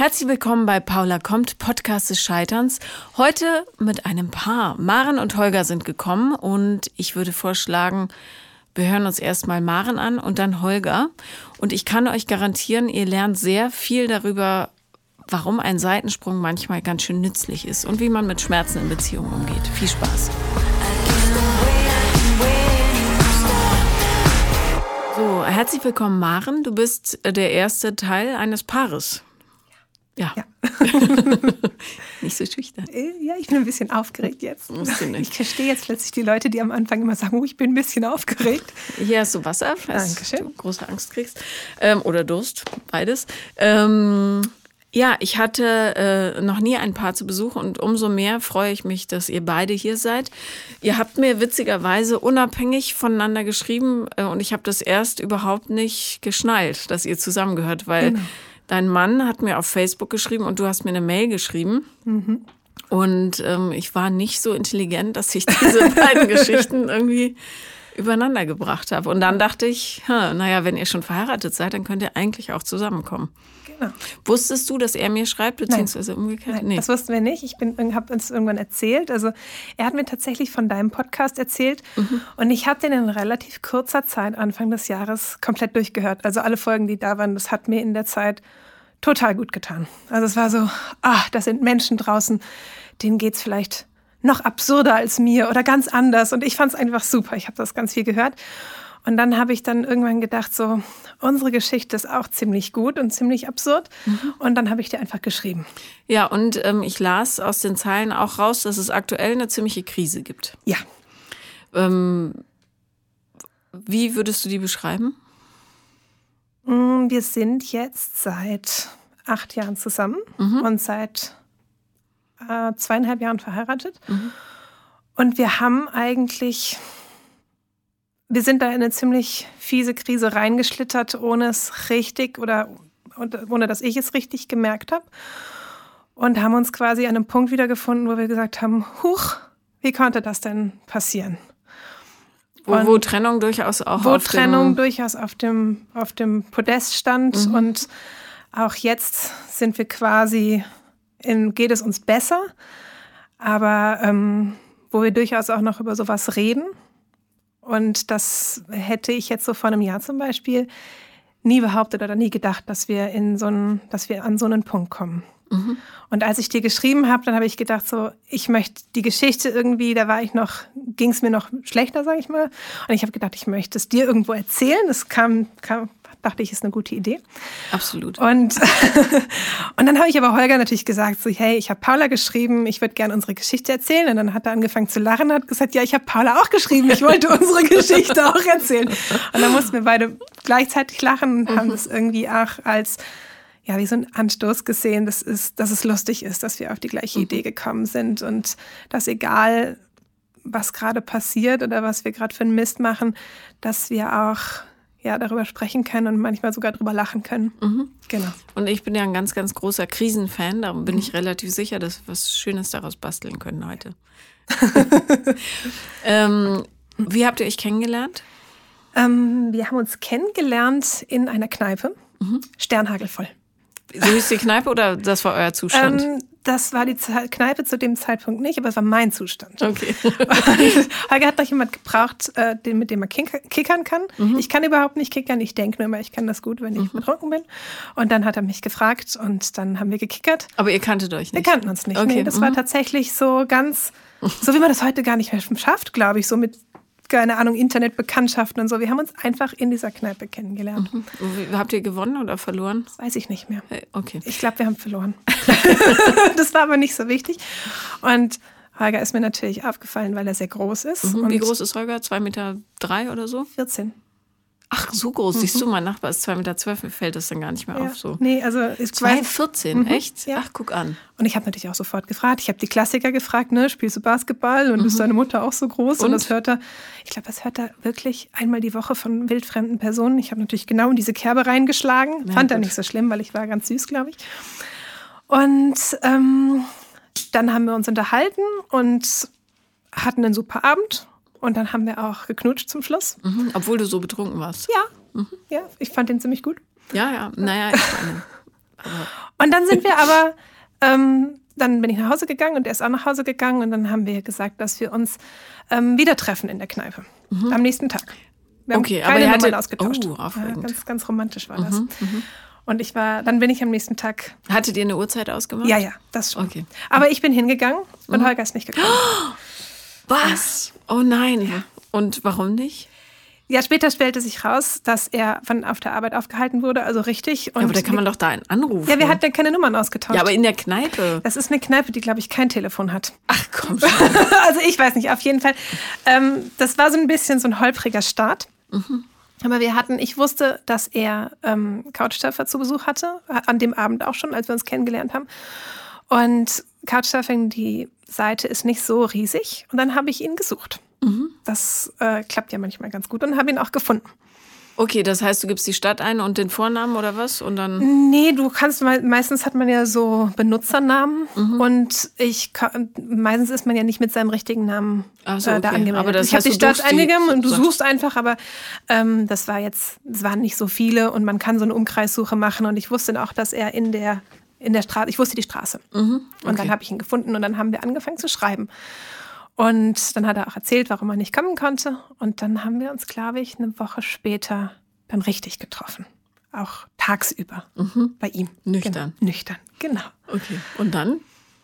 Herzlich willkommen bei Paula kommt, Podcast des Scheiterns. Heute mit einem Paar. Maren und Holger sind gekommen und ich würde vorschlagen, wir hören uns erstmal Maren an und dann Holger. Und ich kann euch garantieren, ihr lernt sehr viel darüber, warum ein Seitensprung manchmal ganz schön nützlich ist und wie man mit Schmerzen in Beziehungen umgeht. Viel Spaß. So, herzlich willkommen, Maren. Du bist der erste Teil eines Paares. Ja. Nicht so schüchtern. Ja, ich bin ein bisschen aufgeregt jetzt. Ich verstehe jetzt plötzlich die Leute, die am Anfang immer sagen, oh, ich bin ein bisschen aufgeregt. Hier hast du Wasser, falls Dankeschön. du große Angst kriegst. Oder Durst, beides. Ja, ich hatte noch nie ein Paar zu Besuch und umso mehr freue ich mich, dass ihr beide hier seid. Ihr habt mir witzigerweise unabhängig voneinander geschrieben und ich habe das erst überhaupt nicht geschnallt, dass ihr zusammengehört, weil dein Mann hat mir auf Facebook geschrieben und du hast mir eine Mail geschrieben. Mhm. Und ich war nicht so intelligent, dass ich diese beiden Geschichten irgendwie übereinander gebracht habe. Und dann dachte ich, naja, wenn ihr schon verheiratet seid, dann könnt ihr eigentlich auch zusammenkommen. Genau. Wusstest du, dass er mir schreibt, beziehungsweise umgekehrt? Nein, das wussten wir nicht. Ich habe uns irgendwann erzählt. Also er hat mir tatsächlich von deinem Podcast erzählt. Mhm. Und ich habe den in relativ kurzer Zeit, Anfang des Jahres, komplett durchgehört. Also alle Folgen, die da waren, das hat mir in der Zeit total gut getan. Also es war so, das sind Menschen draußen, denen geht's vielleicht noch absurder als mir oder ganz anders. Und ich fand es einfach super. Ich habe das ganz viel gehört. Und dann habe ich dann irgendwann gedacht, so, unsere Geschichte ist auch ziemlich gut und ziemlich absurd. Mhm. Und dann habe ich dir einfach geschrieben. Ja, und ich las aus den Zeilen auch raus, dass es aktuell eine ziemliche Krise gibt. Ja. Wie würdest du die beschreiben? Wir sind jetzt seit 8 Jahren zusammen und seit 2,5 Jahren verheiratet. Mhm. Und wir sind da in eine ziemlich fiese Krise reingeschlittert, ohne es richtig oder ohne dass ich es richtig gemerkt habe. Und haben uns quasi an einem Punkt wiedergefunden, wo wir gesagt haben, huch, wie konnte das denn passieren? Wo Trennung durchaus auch auf dem Podest stand. Mhm. Und auch jetzt sind wir quasi geht es uns besser, aber wo wir durchaus auch noch über sowas reden. Und das hätte ich jetzt so vor einem Jahr zum Beispiel nie behauptet oder nie gedacht, dass wir an so einen Punkt kommen. Mhm. Und als ich dir geschrieben habe, dann habe ich gedacht, so, ich möchte die Geschichte irgendwie, ging es mir noch schlechter, sage ich mal. Und ich habe gedacht, ich möchte es dir irgendwo erzählen. Das dachte ich, ist eine gute Idee. Absolut. Und dann habe ich aber Holger natürlich gesagt, so, hey, ich habe Paula geschrieben, ich würde gerne unsere Geschichte erzählen. Und dann hat er angefangen zu lachen und hat gesagt, ja, ich habe Paula auch geschrieben, ich wollte unsere Geschichte auch erzählen. Und dann mussten wir beide gleichzeitig lachen und haben das irgendwie auch als wie so ein Anstoß gesehen, dass es lustig ist, dass wir auf die gleiche Idee gekommen sind und dass egal, was gerade passiert oder was wir gerade für einen Mist machen, dass wir auch darüber sprechen können und manchmal sogar drüber lachen können. Mhm. Genau. Und ich bin ja ein ganz, ganz großer Krisenfan, darum bin ich relativ sicher, dass wir was Schönes daraus basteln können heute. Wie habt ihr euch kennengelernt? Wir haben uns kennengelernt in einer Kneipe, sternhagelvoll. So hieß die Kneipe oder das war euer Zustand? Das war die Kneipe zu dem Zeitpunkt nicht, aber es war mein Zustand. Okay. Holger hat noch jemand gebraucht, mit dem man kickern kann. Mhm. Ich kann überhaupt nicht kickern. Ich denke nur immer, ich kann das gut, wenn ich betrunken bin. Und dann hat er mich gefragt und dann haben wir gekickert. Aber ihr kanntet euch nicht? Wir kannten uns nicht. Okay. Nee, das war tatsächlich so ganz, so wie man das heute gar nicht mehr schafft, glaube ich, so mit keine Ahnung, Internetbekanntschaften und so. Wir haben uns einfach in dieser Kneipe kennengelernt. Mhm. Habt ihr gewonnen oder verloren? Das weiß ich nicht mehr. Okay. Ich glaube, wir haben verloren. Das war aber nicht so wichtig. Und Holger ist mir natürlich aufgefallen, weil er sehr groß ist. Mhm. Wie groß ist Holger? 2,3 Meter oder so? 14. Ach, so groß. Siehst du, mein Nachbar ist 2,12 Meter, mir fällt das dann gar nicht mehr auf. So. Nee, also ist 2,14, echt? Ja. Ach, guck an. Und ich habe natürlich auch sofort gefragt. Ich habe die Klassiker gefragt, ne? Spielst du Basketball? Und ist deine Mutter auch so groß? Und das hört er wirklich einmal die Woche von wildfremden Personen. Ich habe natürlich genau in diese Kerbe reingeschlagen. Fand er nicht so schlimm, weil ich war ganz süß, glaube ich. Und dann haben wir uns unterhalten und hatten einen super Abend. Und dann haben wir auch geknutscht zum Schluss. Mhm, obwohl du so betrunken warst. Ja, ja, ich fand den ziemlich gut. Ja, naja, ich meine, Und dann sind wir aber, dann bin ich nach Hause gegangen und er ist auch nach Hause gegangen und dann haben wir gesagt, dass wir uns wieder treffen in der Kneipe am nächsten Tag. Wir haben keine Nummern ausgetauscht. Oh, aufregend. Ja, ganz, ganz romantisch war das. Und dann bin ich am nächsten Tag. Hattet ihr eine Uhrzeit ausgemacht? Ja, das schon. Okay. Aber ich bin hingegangen und Holger ist nicht gekommen. Was? Oh nein. Ja. Und warum nicht? Ja, später stellte sich raus, dass er auf der Arbeit aufgehalten wurde, also richtig. Und ja, aber da kann man doch da einen anrufen. Ja, wir hatten ja keine Nummern ausgetauscht. Ja, aber in der Kneipe. Das ist eine Kneipe, die, glaube ich, kein Telefon hat. Ach komm schon. Also ich weiß nicht, auf jeden Fall. Das war so ein bisschen so ein holpriger Start. Aber ich wusste, dass er Couchsurfer zu Besuch hatte, an dem Abend auch schon, als wir uns kennengelernt haben. Und Couchsurfing, die Seite ist nicht so riesig. Und dann habe ich ihn gesucht. Das klappt ja manchmal ganz gut und habe ihn auch gefunden. Okay, das heißt, du gibst die Stadt ein und den Vornamen oder was? Und dann Nee, du kannst meistens hat man ja so Benutzernamen und meistens ist man ja nicht mit seinem richtigen Namen da angemeldet. Aber ich habe die Stadt eingegeben und du suchst einfach, aber das waren nicht so viele und man kann so eine Umkreissuche machen und ich wusste auch, dass er in der Straße, ich wusste die Straße. Und dann habe ich ihn gefunden und dann haben wir angefangen zu schreiben. Und dann hat er auch erzählt, warum er nicht kommen konnte. Und dann haben wir uns, glaube ich, eine Woche später dann richtig getroffen. Auch tagsüber bei ihm. Nüchtern. Genau. Nüchtern, genau. Okay. Und dann?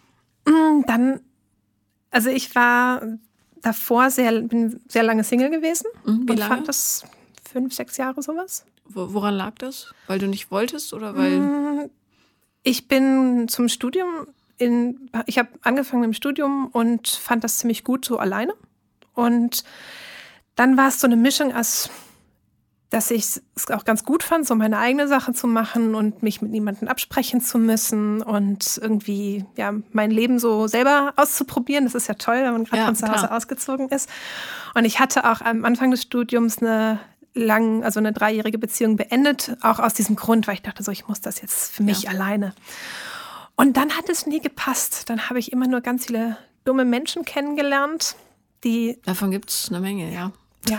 Also ich war davor bin sehr lange Single gewesen. Wie lange? Und fand das 5, 6 Jahre sowas. Woran lag das? Weil du nicht wolltest oder weil? Ich bin zum Studium ich habe angefangen mit dem Studium und fand das ziemlich gut so alleine. Und dann war es so eine Mischung aus, dass ich es auch ganz gut fand, so meine eigene Sache zu machen und mich mit niemandem absprechen zu müssen und irgendwie mein Leben so selber auszuprobieren. Das ist ja toll, wenn man gerade von zu Hause ausgezogen ist. Und ich hatte auch am Anfang des Studiums eine 3-jährige Beziehung beendet, auch aus diesem Grund, weil ich dachte so, ich muss das jetzt für mich alleine. Und dann hat es nie gepasst. Dann habe ich immer nur ganz viele dumme Menschen kennengelernt, die... Davon gibt es eine Menge, ja. Ja.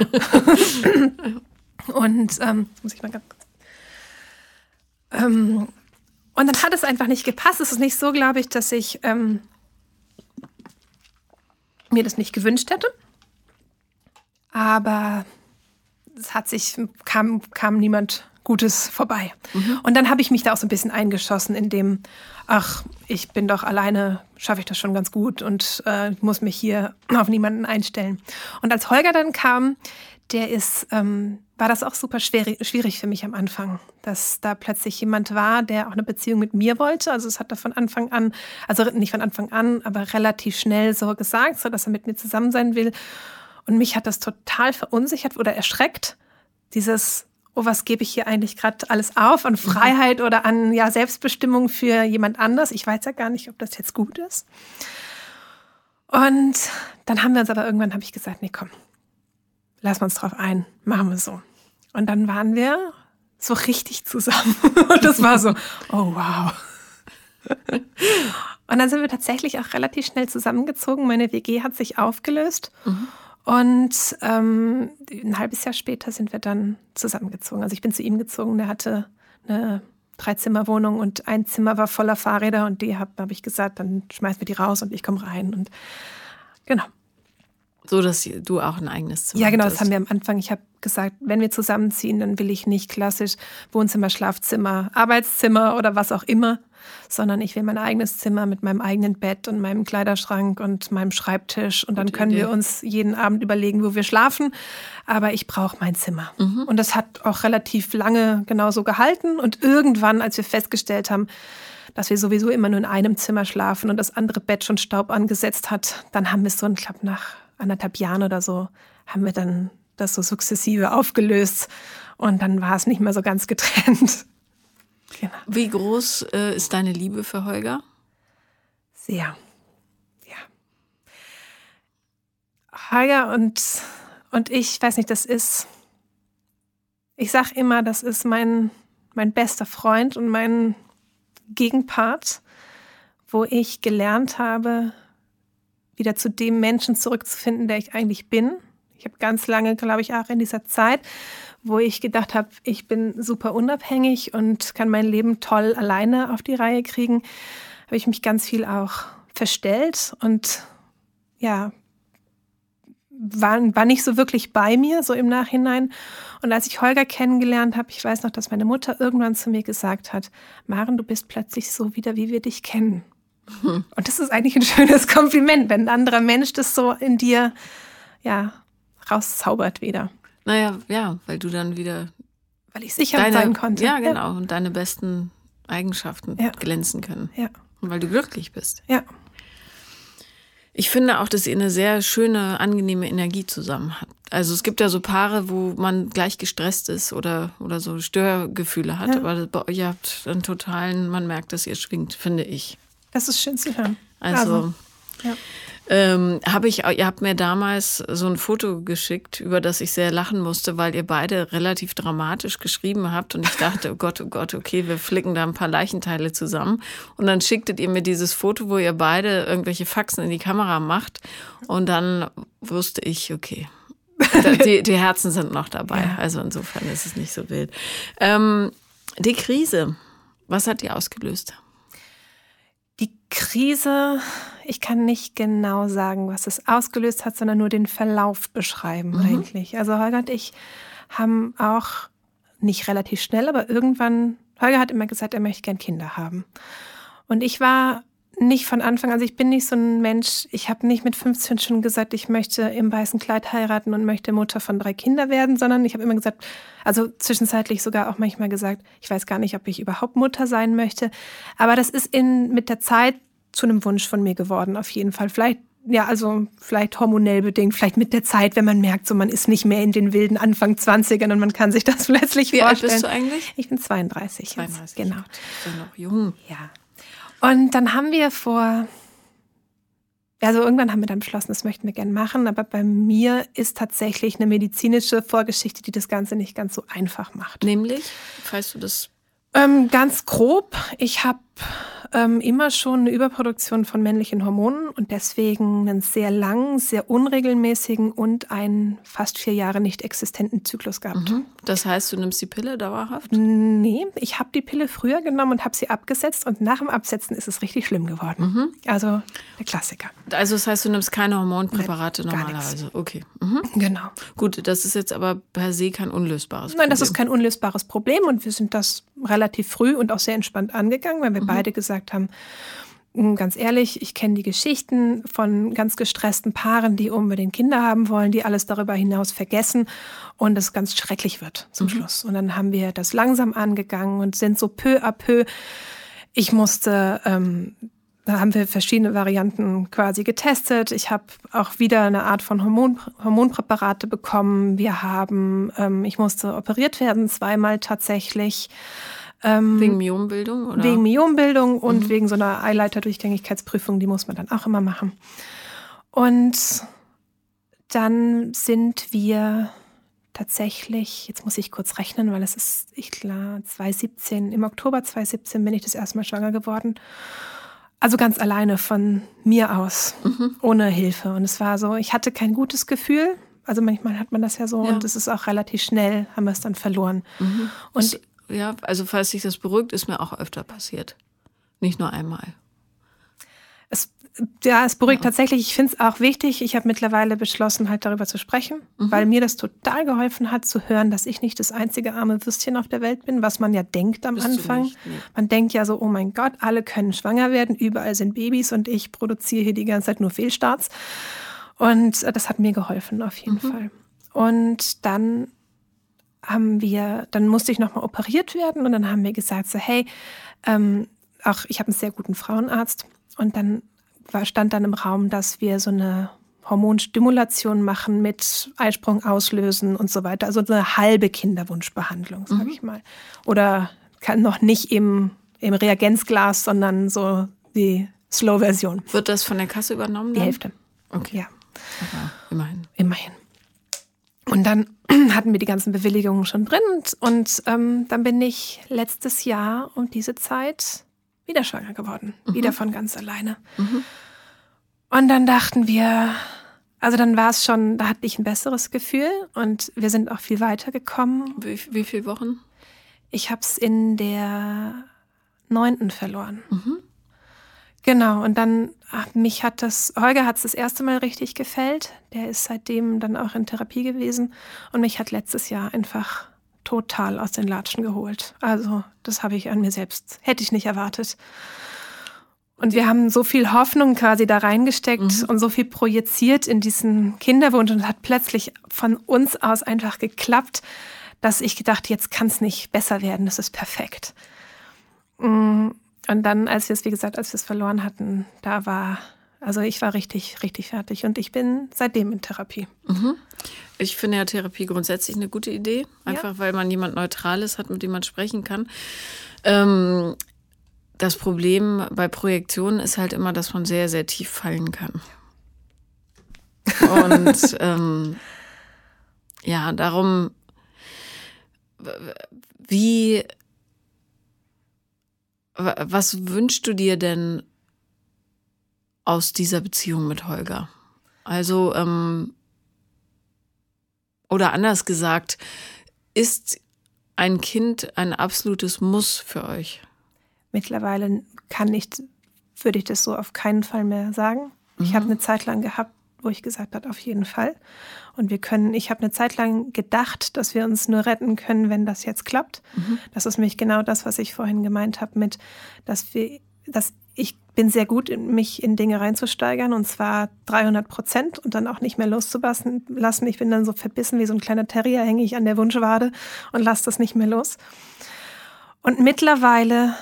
Und muss ich mal ganz kurz... und dann hat es einfach nicht gepasst. Es ist nicht so, glaube ich, dass ich mir das nicht gewünscht hätte. Aber kam niemand Gutes vorbei. Und dann habe ich mich da auch so ein bisschen eingeschossen, in dem, ich bin doch alleine, schaffe ich das schon ganz gut und muss mich hier auf niemanden einstellen. Und als Holger dann kam, war das auch super schwierig für mich am Anfang, dass da plötzlich jemand war, der auch eine Beziehung mit mir wollte. Also es hat er von Anfang an, also nicht von Anfang an, aber relativ schnell so gesagt, so dass er mit mir zusammen sein will. Und mich hat das total verunsichert oder erschreckt, dieses, was gebe ich hier eigentlich gerade alles auf an Freiheit oder an Selbstbestimmung für jemand anders? Ich weiß ja gar nicht, ob das jetzt gut ist. Und dann habe ich gesagt, nee, komm, lassen wir uns drauf ein, machen wir so. Und dann waren wir so richtig zusammen. Und das war so, oh wow. Und dann sind wir tatsächlich auch relativ schnell zusammengezogen. Meine WG hat sich aufgelöst. Und ein halbes Jahr später sind wir dann zusammengezogen. Also ich bin zu ihm gezogen, der hatte eine 3-Zimmer-Wohnung und ein Zimmer war voller Fahrräder und habe ich gesagt, dann schmeißen wir die raus und ich komme rein. Und genau. So, dass du auch ein eigenes Zimmer hast. Ja, genau, das haben wir am Anfang. Ich habe gesagt, wenn wir zusammenziehen, dann will ich nicht klassisch Wohnzimmer, Schlafzimmer, Arbeitszimmer oder was auch immer, sondern ich will mein eigenes Zimmer mit meinem eigenen Bett und meinem Kleiderschrank und meinem Schreibtisch. Und dann können wir uns jeden Abend überlegen, wo wir schlafen. Aber ich brauche mein Zimmer. Und das hat auch relativ lange genauso gehalten. Und irgendwann, als wir festgestellt haben, dass wir sowieso immer nur in einem Zimmer schlafen und das andere Bett schon Staub angesetzt hat, dann haben wir es so, ich glaube, nach 1,5 Jahren oder so, haben wir dann das so sukzessive aufgelöst. Und dann war es nicht mehr so ganz getrennt. Genau. Wie groß ist deine Liebe für Holger? Sehr, ja. Holger und ich weiß nicht, ich sage immer, das ist mein bester Freund und mein Gegenpart, wo ich gelernt habe, wieder zu dem Menschen zurückzufinden, der ich eigentlich bin. Ich habe ganz lange, glaube ich, auch in dieser Zeit, wo ich gedacht habe, ich bin super unabhängig und kann mein Leben toll alleine auf die Reihe kriegen, habe ich mich ganz viel auch verstellt und ja, war nicht so wirklich bei mir, so im Nachhinein. Und als ich Holger kennengelernt habe, ich weiß noch, dass meine Mutter irgendwann zu mir gesagt hat, Maren, du bist plötzlich so wieder, wie wir dich kennen. Und das ist eigentlich ein schönes Kompliment, wenn ein anderer Mensch das so in dir, ja, rauszaubert wieder. Naja, ja, weil du dann wieder... Weil ich sicher sein konnte. Ja, genau. Und deine besten Eigenschaften glänzen können. Ja. Und weil du glücklich bist. Ja. Ich finde auch, dass ihr eine sehr schöne, angenehme Energie zusammen habt. Also es gibt ja so Paare, wo man gleich gestresst ist oder so Störgefühle hat. Ja. Aber ihr habt einen totalen, man merkt, dass ihr schwingt, finde ich. Das ist schön zu hören. Also ja. Ihr habt mir damals so ein Foto geschickt, über das ich sehr lachen musste, weil ihr beide relativ dramatisch geschrieben habt und ich dachte, oh Gott, okay, wir flicken da ein paar Leichenteile zusammen. Und dann schicktet ihr mir dieses Foto, wo ihr beide irgendwelche Faxen in die Kamera macht und dann wusste ich, okay, die Herzen sind noch dabei. Ja. Also insofern ist es nicht so wild. Die Krise, was hat die ausgelöst? Die Krise, ich kann nicht genau sagen, was es ausgelöst hat, sondern nur den Verlauf beschreiben eigentlich. Also Holger und ich haben auch nicht relativ schnell, aber irgendwann, Holger hat immer gesagt, er möchte gern Kinder haben. Und ich war nicht von Anfang an, also ich bin nicht so ein Mensch, ich habe nicht mit 15 schon gesagt, ich möchte im weißen Kleid heiraten und möchte Mutter von 3 Kindern werden, sondern ich habe immer gesagt, also zwischenzeitlich sogar auch manchmal gesagt, ich weiß gar nicht, ob ich überhaupt Mutter sein möchte. Aber das ist mit der Zeit zu einem Wunsch von mir geworden, auf jeden Fall. Vielleicht hormonell bedingt, vielleicht mit der Zeit, wenn man merkt, so man ist nicht mehr in den wilden Anfang 20ern und man kann sich das plötzlich vorstellen. Wie alt bist du eigentlich? Ich bin 32. 32. Genau. Du bist ja noch jung. Ja. Und dann haben wir irgendwann haben wir dann beschlossen, das möchten wir gerne machen, aber bei mir ist tatsächlich eine medizinische Vorgeschichte, die das Ganze nicht ganz so einfach macht. Nämlich? Weißt du das? Ganz grob. Ich habe immer schon eine Überproduktion von männlichen Hormonen und deswegen einen sehr langen, sehr unregelmäßigen und einen fast 4 Jahre nicht existenten Zyklus gehabt. Das heißt, du nimmst die Pille dauerhaft? Nee, ich habe die Pille früher genommen und habe sie abgesetzt und nach dem Absetzen ist es richtig schlimm geworden. Also der Klassiker. Also das heißt, du nimmst keine Hormonpräparate normalerweise? Okay. Genau. Gut, das ist jetzt aber per se kein unlösbares Problem. Nein, das ist kein unlösbares Problem und wir sind das relativ früh und auch sehr entspannt angegangen, weil wir beide gesagt haben, ganz ehrlich, ich kenne die Geschichten von ganz gestressten Paaren, die unbedingt Kinder haben wollen, die alles darüber hinaus vergessen und es ganz schrecklich wird zum Schluss. Und dann haben wir das langsam angegangen und sind so peu à peu. Da haben wir verschiedene Varianten quasi getestet. Ich habe auch wieder eine Art von Hormonpräparate bekommen. Ich musste operiert werden, 2-mal tatsächlich. Wegen Myombildung, oder? Wegen Myombildung und wegen so einer Eileiterdurchgängigkeitsprüfung, die muss man dann auch immer machen. Und dann sind wir tatsächlich, jetzt muss ich kurz rechnen, weil es ist, im Oktober 2017 bin ich das erste Mal schwanger geworden. Also ganz alleine von mir aus, ohne Hilfe. Und es war so, ich hatte kein gutes Gefühl. Also manchmal hat man das ja so und es ist auch relativ schnell, haben wir es dann verloren. Und ja, also falls sich das beruhigt, ist mir auch öfter passiert. Nicht nur einmal. Es beruhigt tatsächlich. Ich finde es auch wichtig. Ich habe mittlerweile beschlossen, halt darüber zu sprechen, weil mir das total geholfen hat, zu hören, dass ich nicht das einzige arme Würstchen auf der Welt bin, was man ja denkt am Anfang. Nicht, nee. Man denkt ja so, oh mein Gott, alle können schwanger werden, überall sind Babys und ich produziere hier die ganze Zeit nur Fehlstarts. Und das hat mir geholfen, auf jeden Fall. Und dann musste ich nochmal operiert werden und dann haben wir gesagt, so hey, auch ich habe einen sehr guten Frauenarzt und dann stand dann im Raum, dass wir so eine Hormonstimulation machen mit Eisprung auslösen und so weiter. Also eine halbe Kinderwunschbehandlung, sage ich mal. Oder noch nicht im Reagenzglas, sondern so die Slow-Version. Wird das von der Kasse übernommen? Die Hälfte. Okay. Ja. Aber immerhin. Immerhin. Und dann hatten wir die ganzen Bewilligungen schon drin und dann bin ich letztes Jahr um diese Zeit wieder schwanger geworden. Wieder von ganz alleine. Und dann dachten wir, Also dann war es schon, da hatte ich ein besseres Gefühl und wir sind auch viel weiter gekommen. Wie viele Wochen? Ich habe es in der 9. verloren. Genau, und dann Holger hat es das erste Mal richtig gefällt. Der ist seitdem dann auch in Therapie gewesen und mich hat letztes Jahr einfach total aus den Latschen geholt. Also das habe ich an mir selbst, hätte ich nicht erwartet. Und wir haben so viel Hoffnung quasi da reingesteckt und so viel projiziert in diesen Kinderwunsch und es hat plötzlich von uns aus einfach geklappt, dass ich gedacht, jetzt kann es nicht besser werden, das ist perfekt. Und dann, als wir es verloren hatten, ich war richtig, richtig fertig und ich bin seitdem in Therapie. Ich finde ja Therapie grundsätzlich eine gute Idee, einfach weil man jemand Neutrales hat, mit dem man sprechen kann. Das Problem bei Projektionen ist halt immer, dass man sehr, sehr tief fallen kann. Und darum, was wünschst du dir denn aus dieser Beziehung mit Holger? Also, oder anders gesagt, ist ein Kind ein absolutes Muss für euch? Mittlerweile würde ich das so auf keinen Fall mehr sagen. Ich habe eine Zeit lang gehabt, wo ich gesagt habe, auf jeden Fall. Und ich habe eine Zeit lang gedacht, dass wir uns nur retten können, wenn das jetzt klappt. Das ist nämlich genau das, was ich vorhin gemeint habe, dass ich bin sehr gut, mich in Dinge reinzusteigern und zwar 300% und dann auch nicht mehr loszulassen. Ich bin dann so verbissen wie so ein kleiner Terrier, hänge ich an der Wunschwade und lasse das nicht mehr los. Und mittlerweile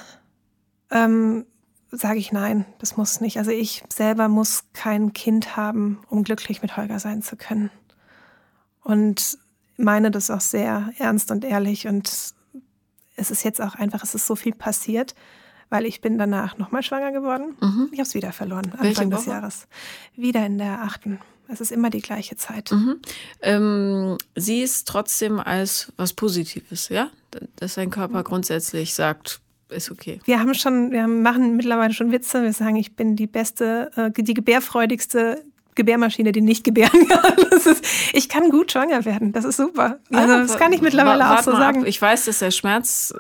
sage ich nein, das muss nicht. Also ich selber muss kein Kind haben, um glücklich mit Holger sein zu können. Und meine das auch sehr ernst und ehrlich. Und es ist jetzt auch einfach, es ist so viel passiert, weil ich bin danach nochmal schwanger geworden. Ich habe es wieder verloren, Anfang des Jahres. Wieder in der 8. Es ist immer die gleiche Zeit. Sie ist trotzdem als was Positives, ja? Dass dein Körper grundsätzlich sagt, ist okay. Wir machen mittlerweile schon Witze. Wir sagen, ich bin die gebärfreudigste Gebärmaschine, die nicht gebären kann. Ich kann gut schwanger werden. Das ist super. Ja, also das kann ich mittlerweile auch so sagen. Ich weiß, dass der Schmerz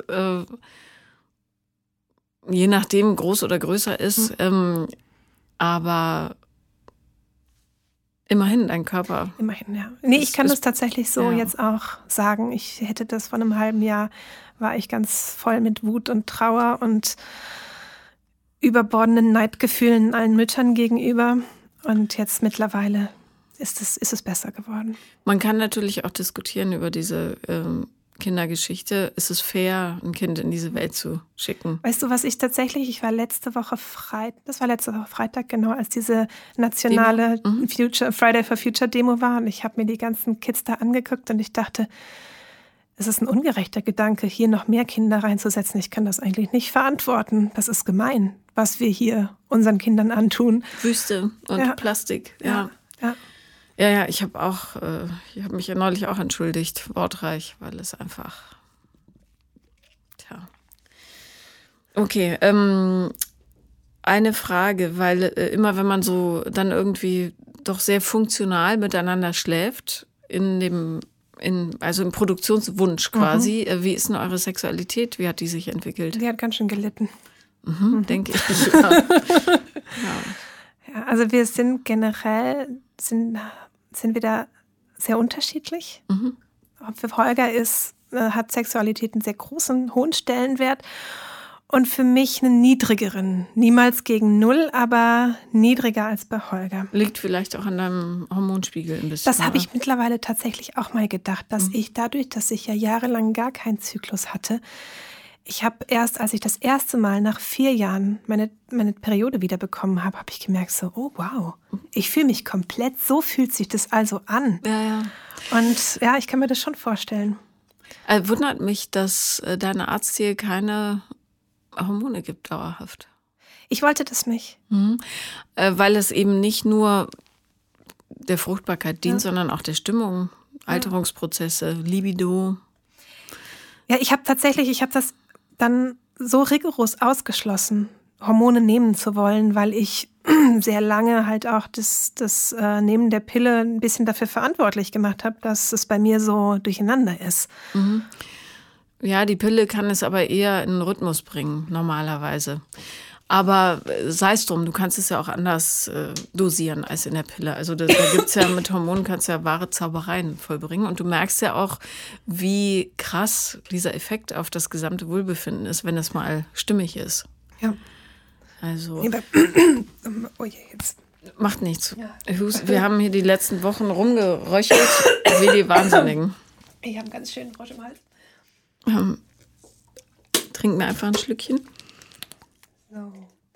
je nachdem groß oder größer ist, aber immerhin dein Körper. Immerhin, ja. Nee, ich kann das tatsächlich so jetzt auch sagen. Ich hätte das vor einem halben Jahr, war ich ganz voll mit Wut und Trauer und überbordenden Neidgefühlen allen Müttern gegenüber. Und jetzt mittlerweile ist es besser geworden. Man kann natürlich auch diskutieren über diese Kindergeschichte. Ist es fair, ein Kind in diese Welt zu schicken? Weißt du, ich war letzte Woche Freitag, genau, als diese nationale Friday for Future Demo war. Und ich habe mir die ganzen Kids da angeguckt und ich dachte, es ist ein ungerechter Gedanke, hier noch mehr Kinder reinzusetzen. Ich kann das eigentlich nicht verantworten. Das ist gemein, was wir hier unseren Kindern antun. Wüste und Plastik, ja. Ja, ich habe mich ja neulich auch entschuldigt, wortreich, weil es einfach, Okay, eine Frage, weil immer wenn man so dann irgendwie doch sehr funktional miteinander schläft, also im Produktionswunsch quasi, wie ist denn eure Sexualität? Wie hat die sich entwickelt? Die hat ganz schön gelitten. Denke ich. Ja, also wir sind generell, sind wir da sehr unterschiedlich. Für Holger hat Sexualität einen sehr großen, hohen Stellenwert und für mich einen niedrigeren. Niemals gegen 0, aber niedriger als bei Holger. Liegt vielleicht auch an deinem Hormonspiegel ein bisschen. Das habe ich mittlerweile tatsächlich auch mal gedacht, dass ich dadurch, dass ich ja jahrelang gar keinen Zyklus hatte, ich habe als ich das erste Mal nach 4 Jahren meine Periode wieder bekommen habe, habe ich gemerkt so, oh wow, ich fühle mich komplett, so fühlt sich das also an. Ja. Und ich kann mir das schon vorstellen. Wundert mich, dass deine Arzt hier keine Hormone gibt dauerhaft. Ich wollte das nicht. Weil es eben nicht nur der Fruchtbarkeit dient, sondern auch der Stimmung, Alterungsprozesse, Libido. Ja, ich habe das dann so rigoros ausgeschlossen, Hormone nehmen zu wollen, weil ich sehr lange halt auch das Nehmen der Pille ein bisschen dafür verantwortlich gemacht habe, dass es bei mir so durcheinander ist. Mhm. Ja, die Pille kann es aber eher in den Rhythmus bringen, normalerweise. Aber sei es drum, du kannst es ja auch anders dosieren als in der Pille. Also da gibt es ja mit Hormonen, kannst du ja wahre Zaubereien vollbringen. Und du merkst ja auch, wie krass dieser Effekt auf das gesamte Wohlbefinden ist, wenn es mal stimmig ist. Ja. Also. Oh je, jetzt. Macht nichts. Ja. Wir haben hier die letzten Wochen rumgeröchelt, wie die Wahnsinnigen. Ich habe einen ganz schönen Frosch im Hals. Trinken wir einfach ein Schlückchen. So.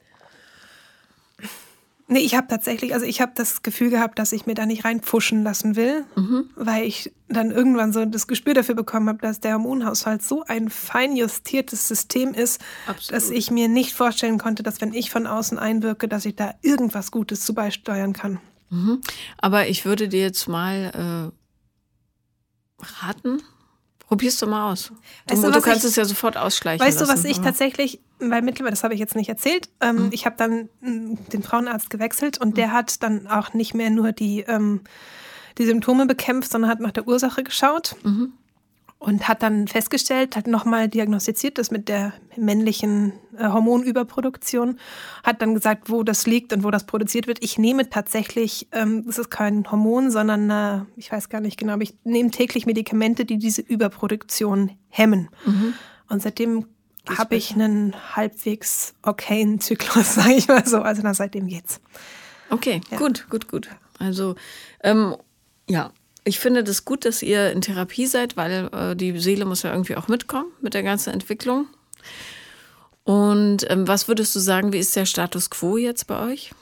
Nee, ich habe das Gefühl gehabt, dass ich mir da nicht reinpfuschen lassen will, weil ich dann irgendwann so das Gespür dafür bekommen habe, dass der Hormonhaushalt so ein fein justiertes System ist, Absolut. Dass ich mir nicht vorstellen konnte, dass wenn ich von außen einwirke, dass ich da irgendwas Gutes zu beisteuern kann. Mhm. Aber ich würde dir jetzt mal raten, probier's doch mal aus. Du kannst es ja sofort ausschleichen lassen. Weißt du, was ich aber tatsächlich, weil mittlerweile, das habe ich jetzt nicht erzählt, ich habe dann den Frauenarzt gewechselt und der hat dann auch nicht mehr nur die Symptome bekämpft, sondern hat nach der Ursache geschaut und hat dann festgestellt, hat nochmal diagnostiziert, das mit der männlichen Hormonüberproduktion, hat dann gesagt, wo das liegt und wo das produziert wird. Ich nehme tatsächlich, das ist kein Hormon, sondern ich weiß gar nicht genau, aber ich nehme täglich Medikamente, die diese Überproduktion hemmen. Und seitdem habe ich einen halbwegs okayen Zyklus, sage ich mal so. Also seitdem geht's. Okay, ja. Gut. Also, ja. Ich finde das gut, dass ihr in Therapie seid, weil die Seele muss ja irgendwie auch mitkommen mit der ganzen Entwicklung. Und was würdest du sagen, wie ist der Status quo jetzt bei euch?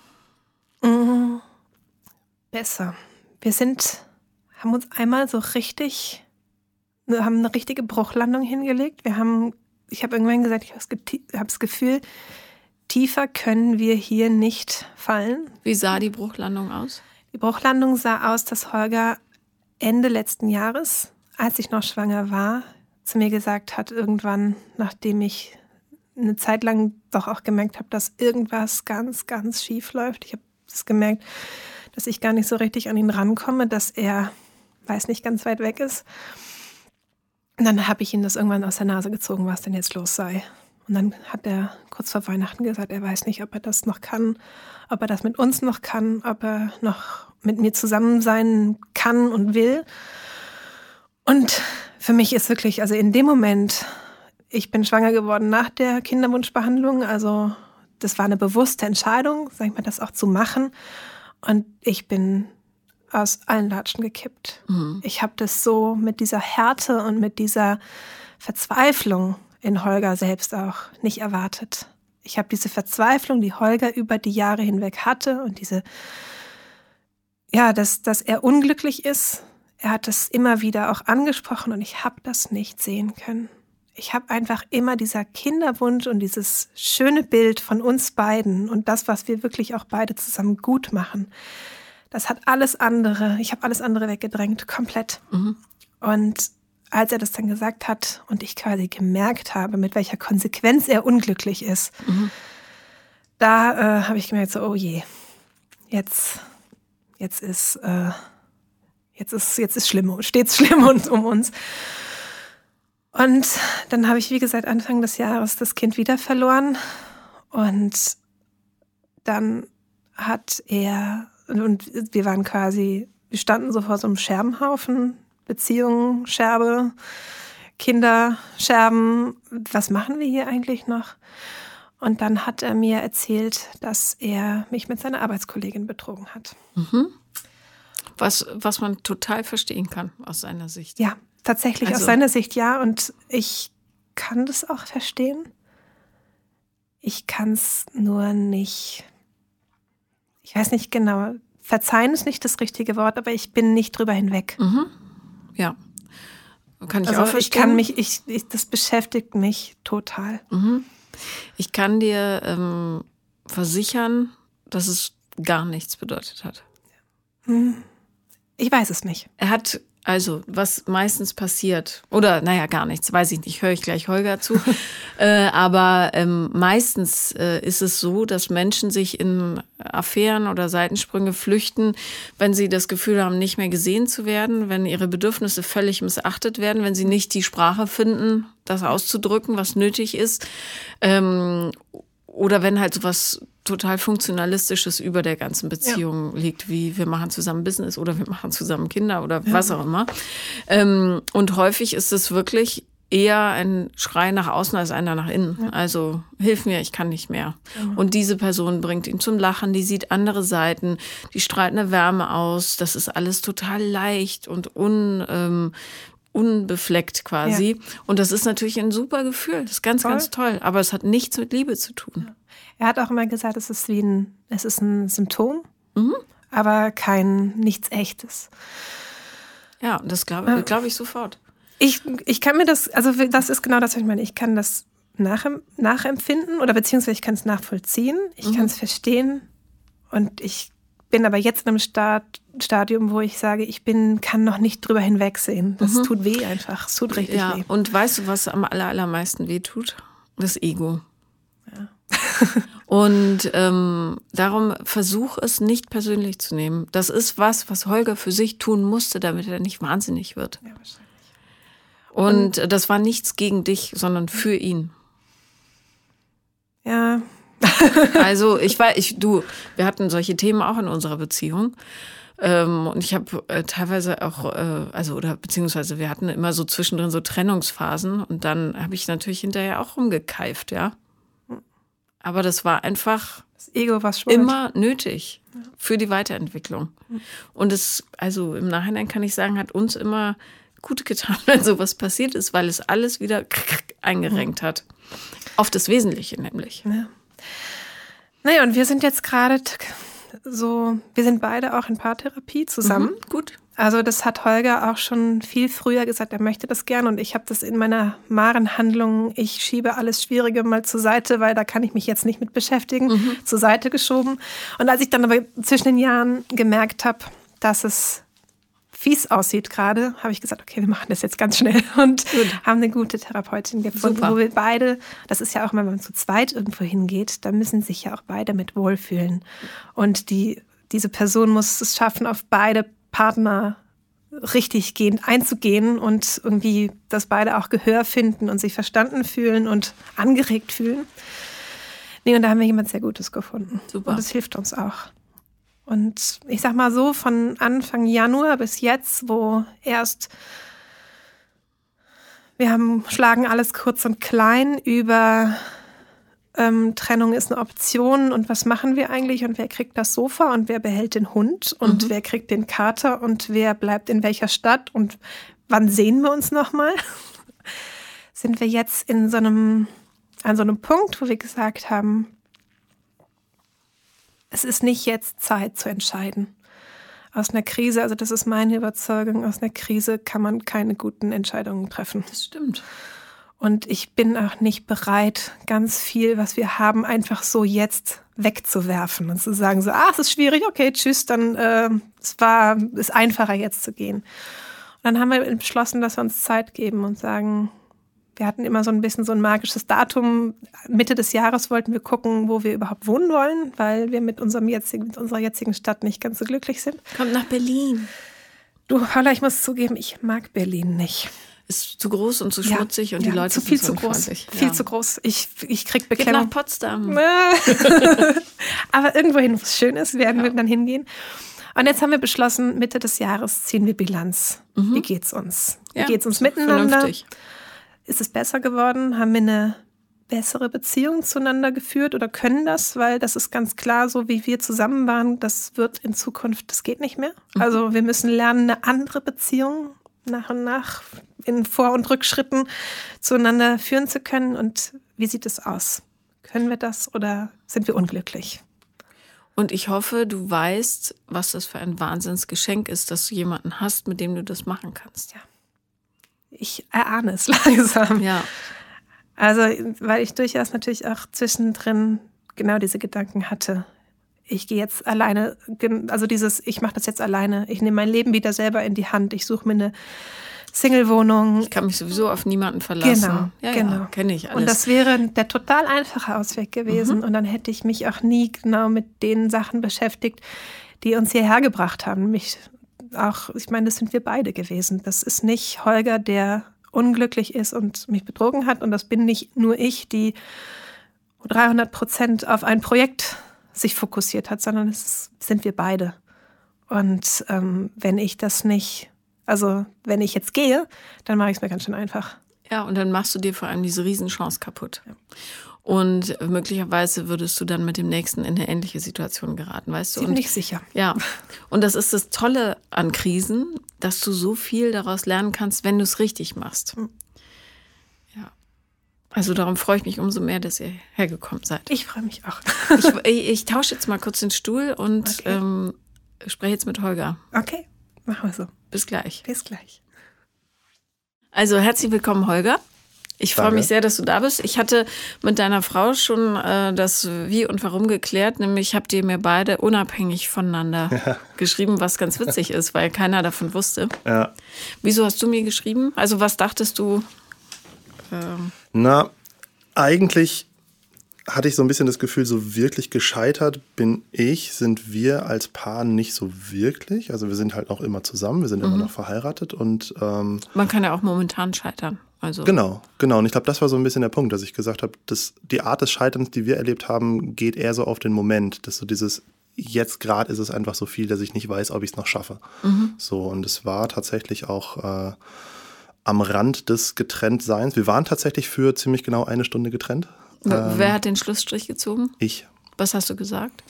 Besser. Wir haben uns einmal so richtig, haben eine richtige Bruchlandung hingelegt. Ich habe irgendwann gesagt, ich habe das Gefühl, tiefer können wir hier nicht fallen. Wie sah die Bruchlandung aus? Die Bruchlandung sah aus, dass Holger Ende letzten Jahres, als ich noch schwanger war, zu mir gesagt hat, irgendwann, nachdem ich eine Zeit lang doch auch gemerkt habe, dass irgendwas ganz, ganz schief läuft. Ich habe es gemerkt, dass ich gar nicht so richtig an ihn rankomme, dass er, weiß nicht, ganz weit weg ist. Und dann habe ich ihn das irgendwann aus der Nase gezogen, was denn jetzt los sei. Und dann hat er kurz vor Weihnachten gesagt, er weiß nicht, ob er das noch kann, ob er das mit uns noch kann, ob er noch mit mir zusammen sein kann und will. Und für mich ist wirklich, also in dem Moment, ich bin schwanger geworden nach der Kinderwunschbehandlung, also das war eine bewusste Entscheidung, sag ich mal, das auch zu machen. Und ich bin aus allen Latschen gekippt. Ich habe das so mit dieser Härte und mit dieser Verzweiflung in Holger selbst auch nicht erwartet. Ich habe diese Verzweiflung, die Holger über die Jahre hinweg hatte und dass er unglücklich ist. Er hat es immer wieder auch angesprochen und ich habe das nicht sehen können. Ich habe einfach immer dieser Kinderwunsch und dieses schöne Bild von uns beiden und das, was wir wirklich auch beide zusammen gut machen, ich habe alles andere weggedrängt, komplett. Und als er das dann gesagt hat und ich quasi gemerkt habe, mit welcher Konsequenz er unglücklich ist, da habe ich gemerkt, so, oh je, jetzt ist schlimm, steht's schlimm um uns. Und dann habe ich, wie gesagt, Anfang des Jahres das Kind wieder verloren und dann hat er, und wir standen so vor so einem Scherbenhaufen, Beziehungen, Scherbe, Kinder, Scherben. Was machen wir hier eigentlich noch? Und dann hat er mir erzählt, dass er mich mit seiner Arbeitskollegin betrogen hat. Was man total verstehen kann aus seiner Sicht. Ja, tatsächlich aus seiner Sicht ja. Und ich kann das auch verstehen. Ich kann es nur nicht, ich weiß nicht genau, verzeihen ist nicht das richtige Wort, aber ich bin nicht drüber hinweg. Ja, kann ich auch verstehen. Das beschäftigt mich total. Ich kann dir versichern, dass es gar nichts bedeutet hat. Ich weiß es nicht. Er hat Also, was meistens passiert, oder naja, gar nichts, weiß ich nicht, höre ich gleich Holger zu. Aber meistens ist es so, dass Menschen sich in Affären oder Seitensprünge flüchten, wenn sie das Gefühl haben, nicht mehr gesehen zu werden, wenn ihre Bedürfnisse völlig missachtet werden, wenn sie nicht die Sprache finden, das auszudrücken, was nötig ist. Oder wenn halt sowas total Funktionalistisches über der ganzen Beziehung liegt, wie wir machen zusammen Business oder wir machen zusammen Kinder oder was auch immer. Und häufig ist es wirklich eher ein Schrei nach außen als einer nach innen. Ja. Also hilf mir, ich kann nicht mehr. Und diese Person bringt ihn zum Lachen, die sieht andere Seiten, die strahlt eine Wärme aus. Das ist alles total leicht und unbefleckt quasi. Ja. Und das ist natürlich ein super Gefühl. Das ist ganz, ganz toll. Aber es hat nichts mit Liebe zu tun. Ja. Er hat auch immer gesagt, es ist ein Symptom, aber nichts Echtes. Ja, das glaube ich sofort. Ich kann mir das, also das ist genau das, was ich meine. Ich kann das nachempfinden oder beziehungsweise ich kann es nachvollziehen. Ich kann es verstehen. Und ich bin aber jetzt in einem Stadium, wo ich sage, kann noch nicht drüber hinwegsehen. Das tut weh einfach. Es tut richtig weh. Und weißt du, was am allermeisten weh tut? Das Ego. Ja. Und darum versuch es nicht persönlich zu nehmen. Das ist was Holger für sich tun musste, damit er nicht wahnsinnig wird. Ja, wahrscheinlich. Und das war nichts gegen dich, sondern für ihn. Ja. Also wir hatten solche Themen auch in unserer Beziehung. Und ich habe teilweise auch, beziehungsweise wir hatten immer so zwischendrin so Trennungsphasen und dann habe ich natürlich hinterher auch rumgekeift, ja. Aber das war einfach das Ego war immer nötig für die Weiterentwicklung. Und im Nachhinein kann ich sagen, hat uns immer gut getan, wenn sowas passiert ist, weil es alles wieder eingerenkt hat. Auf das Wesentliche nämlich. Ja. Naja, und wir sind jetzt gerade wir sind beide auch in Paartherapie zusammen. Gut. Also das hat Holger auch schon viel früher gesagt, er möchte das gerne. Und ich habe das in meiner Maren-Handlung, ich schiebe alles Schwierige mal zur Seite, weil da kann ich mich jetzt nicht mit beschäftigen, zur Seite geschoben. Und als ich dann aber zwischen den Jahren gemerkt habe, dass es fies aussieht gerade, habe ich gesagt, okay, wir machen das jetzt ganz schnell und haben eine gute Therapeutin gefunden, wo wir beide, das ist ja auch immer, wenn man zu zweit irgendwo hingeht, da müssen sich ja auch beide mit wohlfühlen. Und diese Person muss es schaffen, auf beide Partner richtig einzugehen und irgendwie, dass beide auch Gehör finden und sich verstanden fühlen und angeregt fühlen. Nee, und da haben wir jemand sehr Gutes gefunden. Super. Und das hilft uns auch. Und ich sag mal so, von Anfang Januar bis jetzt, wo wir schlagen alles kurz und klein über Trennung ist eine Option und was machen wir eigentlich und wer kriegt das Sofa und wer behält den Hund und wer kriegt den Kater und wer bleibt in welcher Stadt und wann sehen wir uns nochmal? Sind wir jetzt an so einem Punkt, wo wir gesagt haben, es ist nicht jetzt Zeit zu entscheiden. Aus einer Krise, also das ist meine Überzeugung, aus einer Krise kann man keine guten Entscheidungen treffen. Das stimmt. Und ich bin auch nicht bereit, ganz viel, was wir haben, einfach so jetzt wegzuwerfen und zu sagen so, es ist schwierig, okay, tschüss, dann ist einfacher jetzt zu gehen. Und dann haben wir beschlossen, dass wir uns Zeit geben und sagen, wir hatten immer so ein bisschen so ein magisches Datum. Mitte des Jahres wollten wir gucken, wo wir überhaupt wohnen wollen, weil wir mit unserer jetzigen Stadt nicht ganz so glücklich sind. Kommt nach Berlin. Du, Paula, ich muss zugeben, ich mag Berlin nicht. Ist zu groß und zu schmutzig und die Leute viel sind zu groß. Viel zu groß. Ich krieg Beklemmung. Geht nach Potsdam. Aber irgendwohin, wo es schön ist, werden wir dann hingehen. Und jetzt haben wir beschlossen, Mitte des Jahres ziehen wir Bilanz. Wie geht's uns? Wie geht's uns miteinander? Vernünftig. Ist es besser geworden? Haben wir eine bessere Beziehung zueinander geführt oder können das? Weil das ist ganz klar, so wie wir zusammen waren, das wird in Zukunft, das geht nicht mehr. Also wir müssen lernen, eine andere Beziehung nach und nach in Vor- und Rückschritten zueinander führen zu können. Und wie sieht es aus? Können wir das oder sind wir unglücklich? Und ich hoffe, du weißt, was das für ein Wahnsinnsgeschenk ist, dass du jemanden hast, mit dem du das machen kannst. Ja. Ich erahne es langsam. Ja. Also, weil ich durchaus natürlich auch zwischendrin genau diese Gedanken hatte. ich gehe jetzt alleine, also ich mache das jetzt alleine, ich nehme mein Leben wieder selber in die Hand, ich suche mir eine Single-Wohnung. Ich kann mich sowieso auf niemanden verlassen. Genau. Kenne ich alles. Und das wäre der total einfache Ausweg gewesen. Und dann hätte ich mich auch nie genau mit den Sachen beschäftigt, die uns hierher gebracht haben. Ich meine, das sind wir beide gewesen. Das ist nicht Holger, der unglücklich ist und mich betrogen hat. Und das bin nicht nur ich, die 300% auf ein Projekt sich fokussiert hat, sondern sind wir beide. Und wenn ich jetzt gehe, dann mache ich es mir ganz schön einfach. Ja, und dann machst du dir vor allem diese Riesenchance kaputt. Ja. Und möglicherweise würdest du dann mit dem Nächsten in eine ähnliche Situation geraten, weißt du? Ziemlich sicher. Ja, und das ist das Tolle an Krisen, dass du so viel daraus lernen kannst, wenn du es richtig machst. Ja. Also darum freue ich mich umso mehr, dass ihr hergekommen seid. Ich freue mich auch. Ich tausche jetzt mal kurz den Stuhl und spreche jetzt mit Holger. Okay, machen wir so. Bis gleich. Bis gleich. Also herzlich willkommen, Holger. Ich freue mich sehr, dass du da bist. Ich hatte mit deiner Frau schon das Wie und Warum geklärt. Nämlich habt ihr mir beide unabhängig voneinander geschrieben, was ganz witzig ist, weil keiner davon wusste. Ja. Wieso hast du mir geschrieben? Also was dachtest du? Na, eigentlich hatte ich so ein bisschen das Gefühl, so wirklich gescheitert sind wir als Paar nicht so wirklich. Also wir sind halt auch immer zusammen, wir sind immer noch verheiratet. Und man kann ja auch momentan scheitern. Also. Genau. Und ich glaube, das war so ein bisschen der Punkt, dass ich gesagt habe, dass die Art des Scheiterns, die wir erlebt haben, geht eher so auf den Moment, dass so dieses, jetzt gerade ist es einfach so viel, dass ich nicht weiß, ob ich es noch schaffe. So, und es war tatsächlich auch am Rand des Getrenntseins. Wir waren tatsächlich für ziemlich genau 1 Stunde getrennt. Wer hat den Schlussstrich gezogen? Ich. Was hast du gesagt?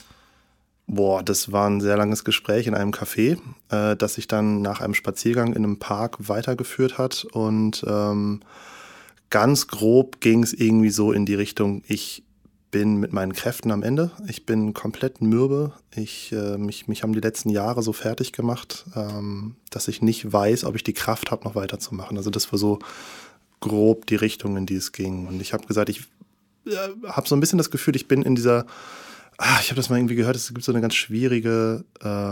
Das war ein sehr langes Gespräch in einem Café, das sich dann nach einem Spaziergang in einem Park weitergeführt hat. Und ganz grob ging es irgendwie so in die Richtung, ich bin mit meinen Kräften am Ende. Ich bin komplett mürbe. Mich haben die letzten Jahre so fertig gemacht, dass ich nicht weiß, ob ich die Kraft habe, noch weiterzumachen. Also das war so grob die Richtung, in die es ging. Und ich habe gesagt, ich habe so ein bisschen das Gefühl, ich bin in dieser... ich habe das mal irgendwie gehört, es gibt so eine ganz schwierige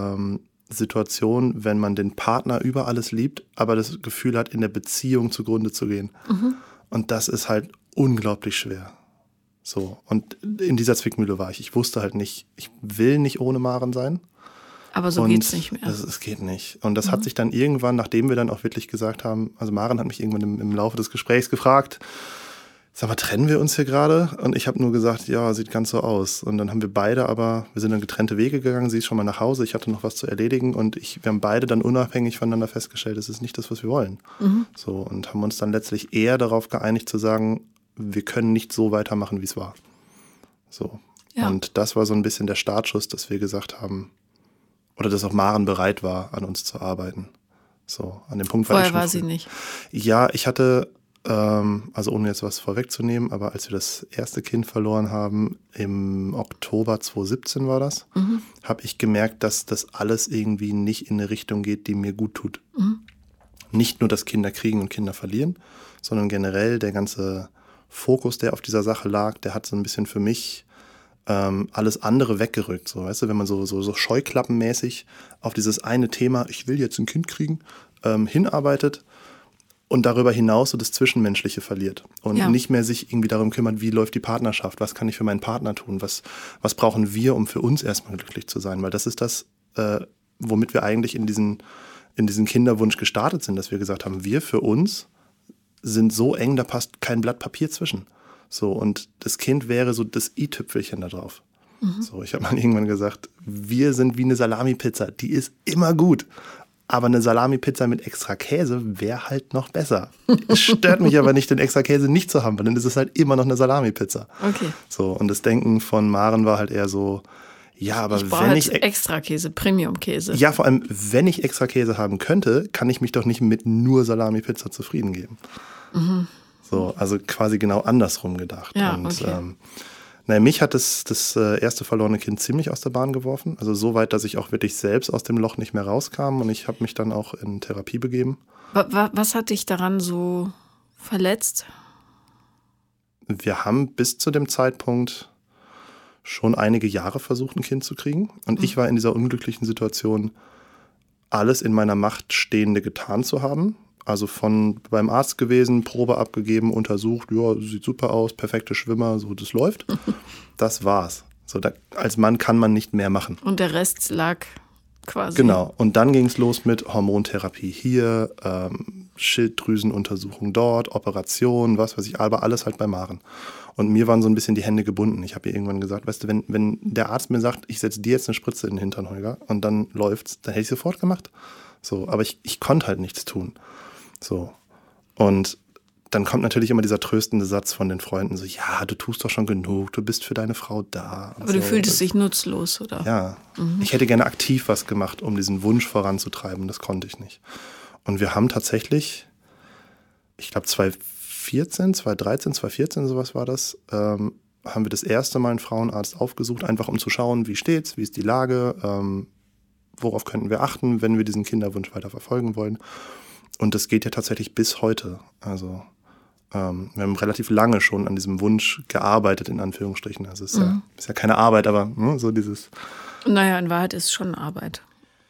Situation, wenn man den Partner über alles liebt, aber das Gefühl hat, in der Beziehung zugrunde zu gehen. Und das ist halt unglaublich schwer. So, und in dieser Zwickmühle war ich. Ich wusste halt nicht, ich will nicht ohne Maren sein. Aber so geht's nicht mehr. Es geht nicht. Und das hat sich dann irgendwann, nachdem wir dann auch wirklich gesagt haben, also Maren hat mich irgendwann im Laufe des Gesprächs gefragt, sag mal, trennen wir uns hier gerade? Und ich habe nur gesagt, ja, sieht ganz so aus. Und dann haben wir beide wir sind dann getrennte Wege gegangen. Sie ist schon mal nach Hause, ich hatte noch was zu erledigen. Und wir haben beide dann unabhängig voneinander festgestellt, es ist nicht das, was wir wollen. So, und haben uns dann letztlich eher darauf geeinigt zu sagen, wir können nicht so weitermachen, wie es war. So. Ja. Und das war so ein bisschen der Startschuss, dass wir gesagt haben, oder dass auch Maren bereit war, an uns zu arbeiten. So, an dem Punkt Vorher war sie nicht. Ja, ich hatte... also ohne jetzt was vorwegzunehmen, aber als wir das erste Kind verloren haben, im Oktober 2017 war das, habe ich gemerkt, dass das alles irgendwie nicht in eine Richtung geht, die mir gut tut. Nicht nur, dass Kinder kriegen und Kinder verlieren, sondern generell der ganze Fokus, der auf dieser Sache lag, der hat so ein bisschen für mich alles andere weggerückt. So, weißt du, wenn man so scheuklappenmäßig auf dieses eine Thema, ich will jetzt ein Kind kriegen, hinarbeitet, und darüber hinaus so das Zwischenmenschliche verliert und nicht mehr sich irgendwie darum kümmert, wie läuft die Partnerschaft, was kann ich für meinen Partner tun, was brauchen wir, um für uns erstmal glücklich zu sein, weil das ist das, womit wir eigentlich in diesen Kinderwunsch gestartet sind, dass wir gesagt haben, wir für uns sind so eng, da passt kein Blatt Papier zwischen. So, und das Kind wäre so das i-Tüpfelchen da drauf. So, ich habe mal irgendwann gesagt, wir sind wie eine Salami-Pizza, die ist immer gut. Aber eine Salami-Pizza mit extra Käse wäre halt noch besser. Es stört mich aber nicht, den extra Käse nicht zu haben, weil dann ist es halt immer noch eine Salami-Pizza. Okay. So, und das Denken von Maren war halt eher so, ja, aber ich brauche halt extra Käse, Premium-Käse. Ja, vor allem, wenn ich extra Käse haben könnte, kann ich mich doch nicht mit nur Salami-Pizza zufrieden geben. So, also quasi genau andersrum gedacht. Ja, und okay. Mich hat das erste verlorene Kind ziemlich aus der Bahn geworfen. Also so weit, dass ich auch wirklich selbst aus dem Loch nicht mehr rauskam. Und ich habe mich dann auch in Therapie begeben. Was hat dich daran so verletzt? Wir haben bis zu dem Zeitpunkt schon einige Jahre versucht, ein Kind zu kriegen. Und ich war in dieser unglücklichen Situation, alles in meiner Macht Stehende getan zu haben. Also von beim Arzt gewesen, Probe abgegeben, untersucht, ja, sieht super aus, perfekte Schwimmer, so, das läuft. Das war's. So, als Mann kann man nicht mehr machen. Und der Rest lag quasi. Genau. Und dann ging es los mit Hormontherapie hier, Schilddrüsenuntersuchung dort, Operation, was weiß ich, aber alles halt bei Maren. Und mir waren so ein bisschen die Hände gebunden. Ich habe ihr irgendwann gesagt, weißt du, wenn der Arzt mir sagt, ich setze dir jetzt eine Spritze in den Hintern, Holger, und dann läuft's, dann hätte ich sofort gemacht. So, aber ich konnte halt nichts tun. So. Und dann kommt natürlich immer dieser tröstende Satz von den Freunden, so, ja, du tust doch schon genug, du bist für deine Frau da. Aber du fühltest dich nutzlos, oder? Ja, ich hätte gerne aktiv was gemacht, um diesen Wunsch voranzutreiben, das konnte ich nicht. Und wir haben tatsächlich, ich glaube 2014, sowas war das, haben wir das erste Mal einen Frauenarzt aufgesucht, einfach um zu schauen, wie steht's, wie ist die Lage, worauf könnten wir achten, wenn wir diesen Kinderwunsch weiter verfolgen wollen. Und das geht ja tatsächlich bis heute. Also wir haben relativ lange schon an diesem Wunsch gearbeitet, in Anführungsstrichen. Also es ist ja keine Arbeit, aber so dieses... Naja, in Wahrheit ist es schon Arbeit.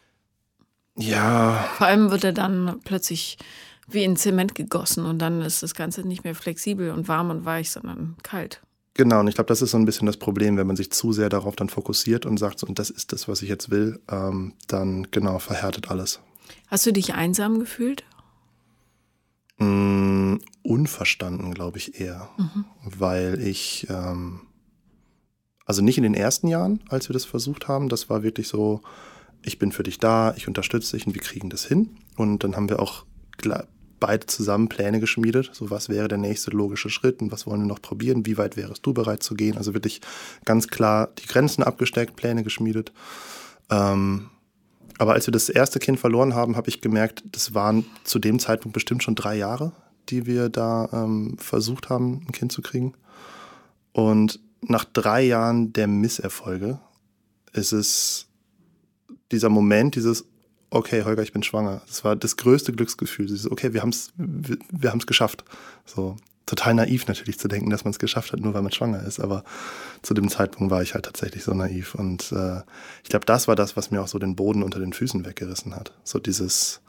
Ja. Vor allem wird er dann plötzlich wie in Zement gegossen und dann ist das Ganze nicht mehr flexibel und warm und weich, sondern kalt. Genau, und ich glaube, das ist so ein bisschen das Problem, wenn man sich zu sehr darauf dann fokussiert und sagt, so, und das ist das, was ich jetzt will, dann genau verhärtet alles. Hast du dich einsam gefühlt? Unverstanden, glaube ich eher, weil ich, also nicht in den ersten Jahren, als wir das versucht haben, das war wirklich so, ich bin für dich da, ich unterstütze dich und wir kriegen das hin. Und dann haben wir auch beide zusammen Pläne geschmiedet, so was wäre der nächste logische Schritt und was wollen wir noch probieren, wie weit wärest du bereit zu gehen, also wirklich ganz klar die Grenzen abgesteckt, Pläne geschmiedet. Aber als wir das erste Kind verloren haben, habe ich gemerkt, das waren zu dem Zeitpunkt bestimmt schon 3 Jahre, die wir da versucht haben, ein Kind zu kriegen. Und nach 3 Jahren der Misserfolge ist es dieser Moment, dieses, okay, Holger, ich bin schwanger. Das war das größte Glücksgefühl. Dieses, okay, wir haben's geschafft. So total naiv natürlich zu denken, dass man es geschafft hat, nur weil man schwanger ist. Aber zu dem Zeitpunkt war ich halt tatsächlich so naiv. Und ich glaube, das war das, was mir auch so den Boden unter den Füßen weggerissen hat. So dieses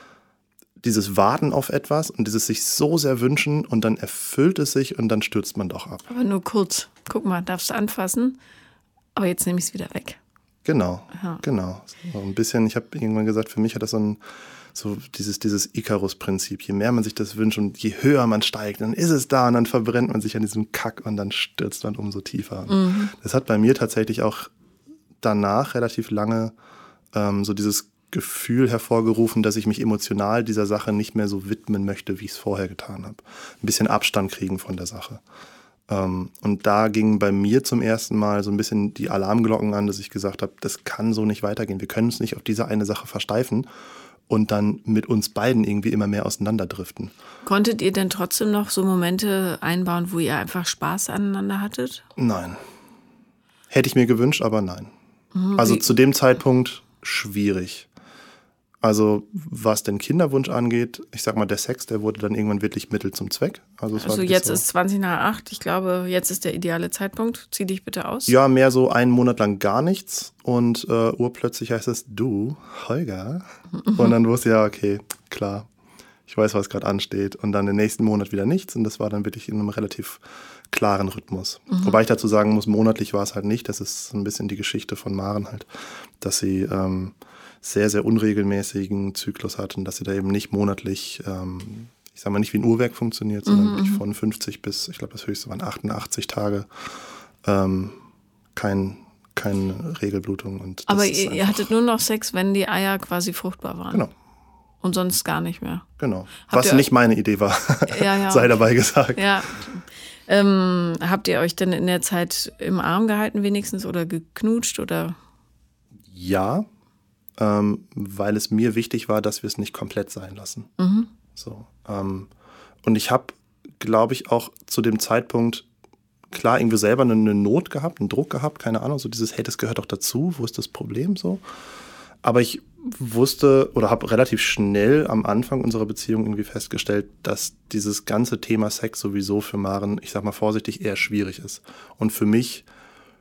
Warten auf etwas und dieses sich so sehr wünschen und dann erfüllt es sich und dann stürzt man doch ab. Aber nur kurz. Guck mal, darfst du anfassen, aber jetzt nehme ich es wieder weg. Genau, Aha. Genau. So ein bisschen, ich habe irgendwann gesagt, für mich hat das so dieses Icarus-Prinzip. Je mehr man sich das wünscht und je höher man steigt, dann ist es da und dann verbrennt man sich an diesem Kack und dann stürzt man umso tiefer. Das hat bei mir tatsächlich auch danach relativ lange so dieses Gefühl hervorgerufen, dass ich mich emotional dieser Sache nicht mehr so widmen möchte, wie ich es vorher getan habe. Ein bisschen Abstand kriegen von der Sache. Und da gingen bei mir zum ersten Mal so ein bisschen die Alarmglocken an, dass ich gesagt habe, das kann so nicht weitergehen. Wir können uns nicht auf diese eine Sache versteifen und dann mit uns beiden irgendwie immer mehr auseinanderdriften. Konntet ihr denn trotzdem noch so Momente einbauen, wo ihr einfach Spaß aneinander hattet? Nein. Hätte ich mir gewünscht, aber nein. Also zu dem Zeitpunkt schwierig. Also was den Kinderwunsch angeht, ich sag mal, der Sex, der wurde dann irgendwann wirklich Mittel zum Zweck. Also jetzt so. Ist 20 nach 8. Ich glaube, jetzt ist der ideale Zeitpunkt. Zieh dich bitte aus. Ja, mehr so einen Monat lang gar nichts. Und urplötzlich heißt es, du, Holger. Und dann wusste ich, ja, okay, klar, ich weiß, was gerade ansteht. Und dann den nächsten Monat wieder nichts. Und das war dann wirklich in einem relativ klaren Rhythmus. Wobei ich dazu sagen muss, monatlich war es halt nicht. Das ist ein bisschen die Geschichte von Maren halt, dass sie sehr, sehr unregelmäßigen Zyklus hatten, dass sie da eben nicht monatlich, ich sag mal nicht wie ein Uhrwerk funktioniert, sondern wirklich von 50 bis, ich glaube das höchste waren 88 Tage, keine Regelblutung. Und aber ihr hattet nur noch Sex, wenn die Eier quasi fruchtbar waren? Genau. Und sonst gar nicht mehr? Genau. Was nicht meine Idee war, ja. sei dabei gesagt. Ja. Habt ihr euch denn in der Zeit im Arm gehalten wenigstens oder geknutscht oder? Ja. Weil es mir wichtig war, dass wir es nicht komplett sein lassen. So, und ich habe, glaube ich, auch zu dem Zeitpunkt klar irgendwie selber eine Not gehabt, einen Druck gehabt, keine Ahnung, so dieses, hey, das gehört doch dazu, wo ist das Problem so? Aber ich wusste oder habe relativ schnell am Anfang unserer Beziehung irgendwie festgestellt, dass dieses ganze Thema Sex sowieso für Maren, ich sag mal vorsichtig, eher schwierig ist. Und für mich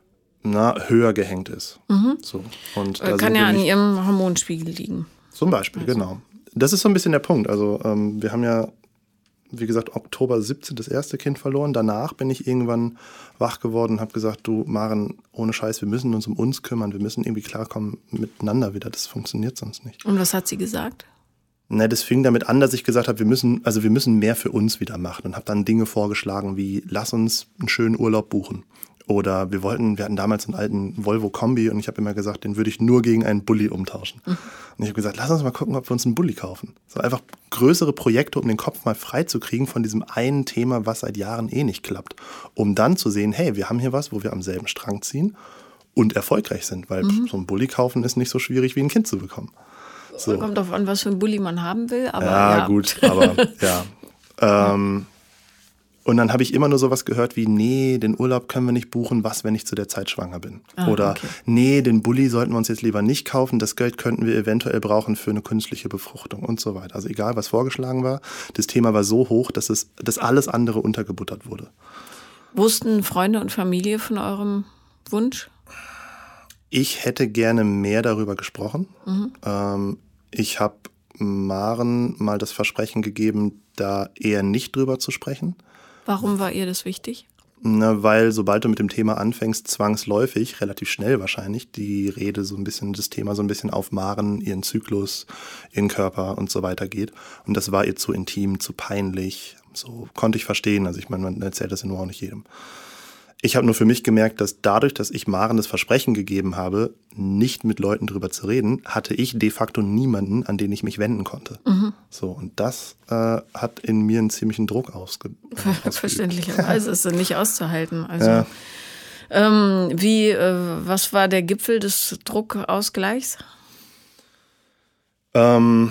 höher gehängt ist. So. Und da kann ja an ihrem Hormonspiegel liegen. Zum Beispiel, genau. Das ist so ein bisschen der Punkt. Also wir haben ja, wie gesagt, Oktober 17 das erste Kind verloren. Danach bin ich irgendwann wach geworden und habe gesagt, du Maren, ohne Scheiß, wir müssen uns um uns kümmern. Wir müssen irgendwie klarkommen miteinander wieder. Das funktioniert sonst nicht. Und was hat sie gesagt? Das fing damit an, dass ich gesagt habe, wir müssen mehr für uns wieder machen. Und habe dann Dinge vorgeschlagen wie, lass uns einen schönen Urlaub buchen. Oder wir hatten damals einen alten Volvo Kombi und ich habe immer gesagt, den würde ich nur gegen einen Bulli umtauschen. Und ich habe gesagt, lass uns mal gucken, ob wir uns einen Bulli kaufen. So einfach größere Projekte, um den Kopf mal frei zu kriegen von diesem einen Thema, was seit Jahren nicht klappt. Um dann zu sehen, hey, wir haben hier was, wo wir am selben Strang ziehen und erfolgreich sind. Weil so ein Bulli kaufen ist nicht so schwierig, wie ein Kind zu bekommen. So. Kommt drauf an, was für einen Bulli man haben will. Aber ja, gut, aber ja. Und dann habe ich immer nur sowas gehört wie, nee, den Urlaub können wir nicht buchen, was, wenn ich zu der Zeit schwanger bin. Oder okay. Nee, den Bulli sollten wir uns jetzt lieber nicht kaufen, das Geld könnten wir eventuell brauchen für eine künstliche Befruchtung und so weiter. Also egal, was vorgeschlagen war, das Thema war so hoch, dass alles andere untergebuttert wurde. Wussten Freunde und Familie von eurem Wunsch? Ich hätte gerne mehr darüber gesprochen. Ich habe Maren mal das Versprechen gegeben, da eher nicht drüber zu sprechen. Warum war ihr das wichtig? Weil sobald du mit dem Thema anfängst, zwangsläufig, relativ schnell wahrscheinlich, das Thema so ein bisschen auf Maren, ihren Zyklus, ihren Körper und so weiter geht. Und das war ihr zu intim, zu peinlich. So konnte ich verstehen. Also ich meine, man erzählt das ja nur auch nicht jedem. Ich habe nur für mich gemerkt, dass dadurch, dass ich Maren das Versprechen gegeben habe, nicht mit Leuten drüber zu reden, hatte ich de facto niemanden, an den ich mich wenden konnte. So, und das hat in mir einen ziemlichen Druck ausgeübt. Verständlicherweise ist es nicht auszuhalten. Also, was war der Gipfel des Druckausgleichs? Kann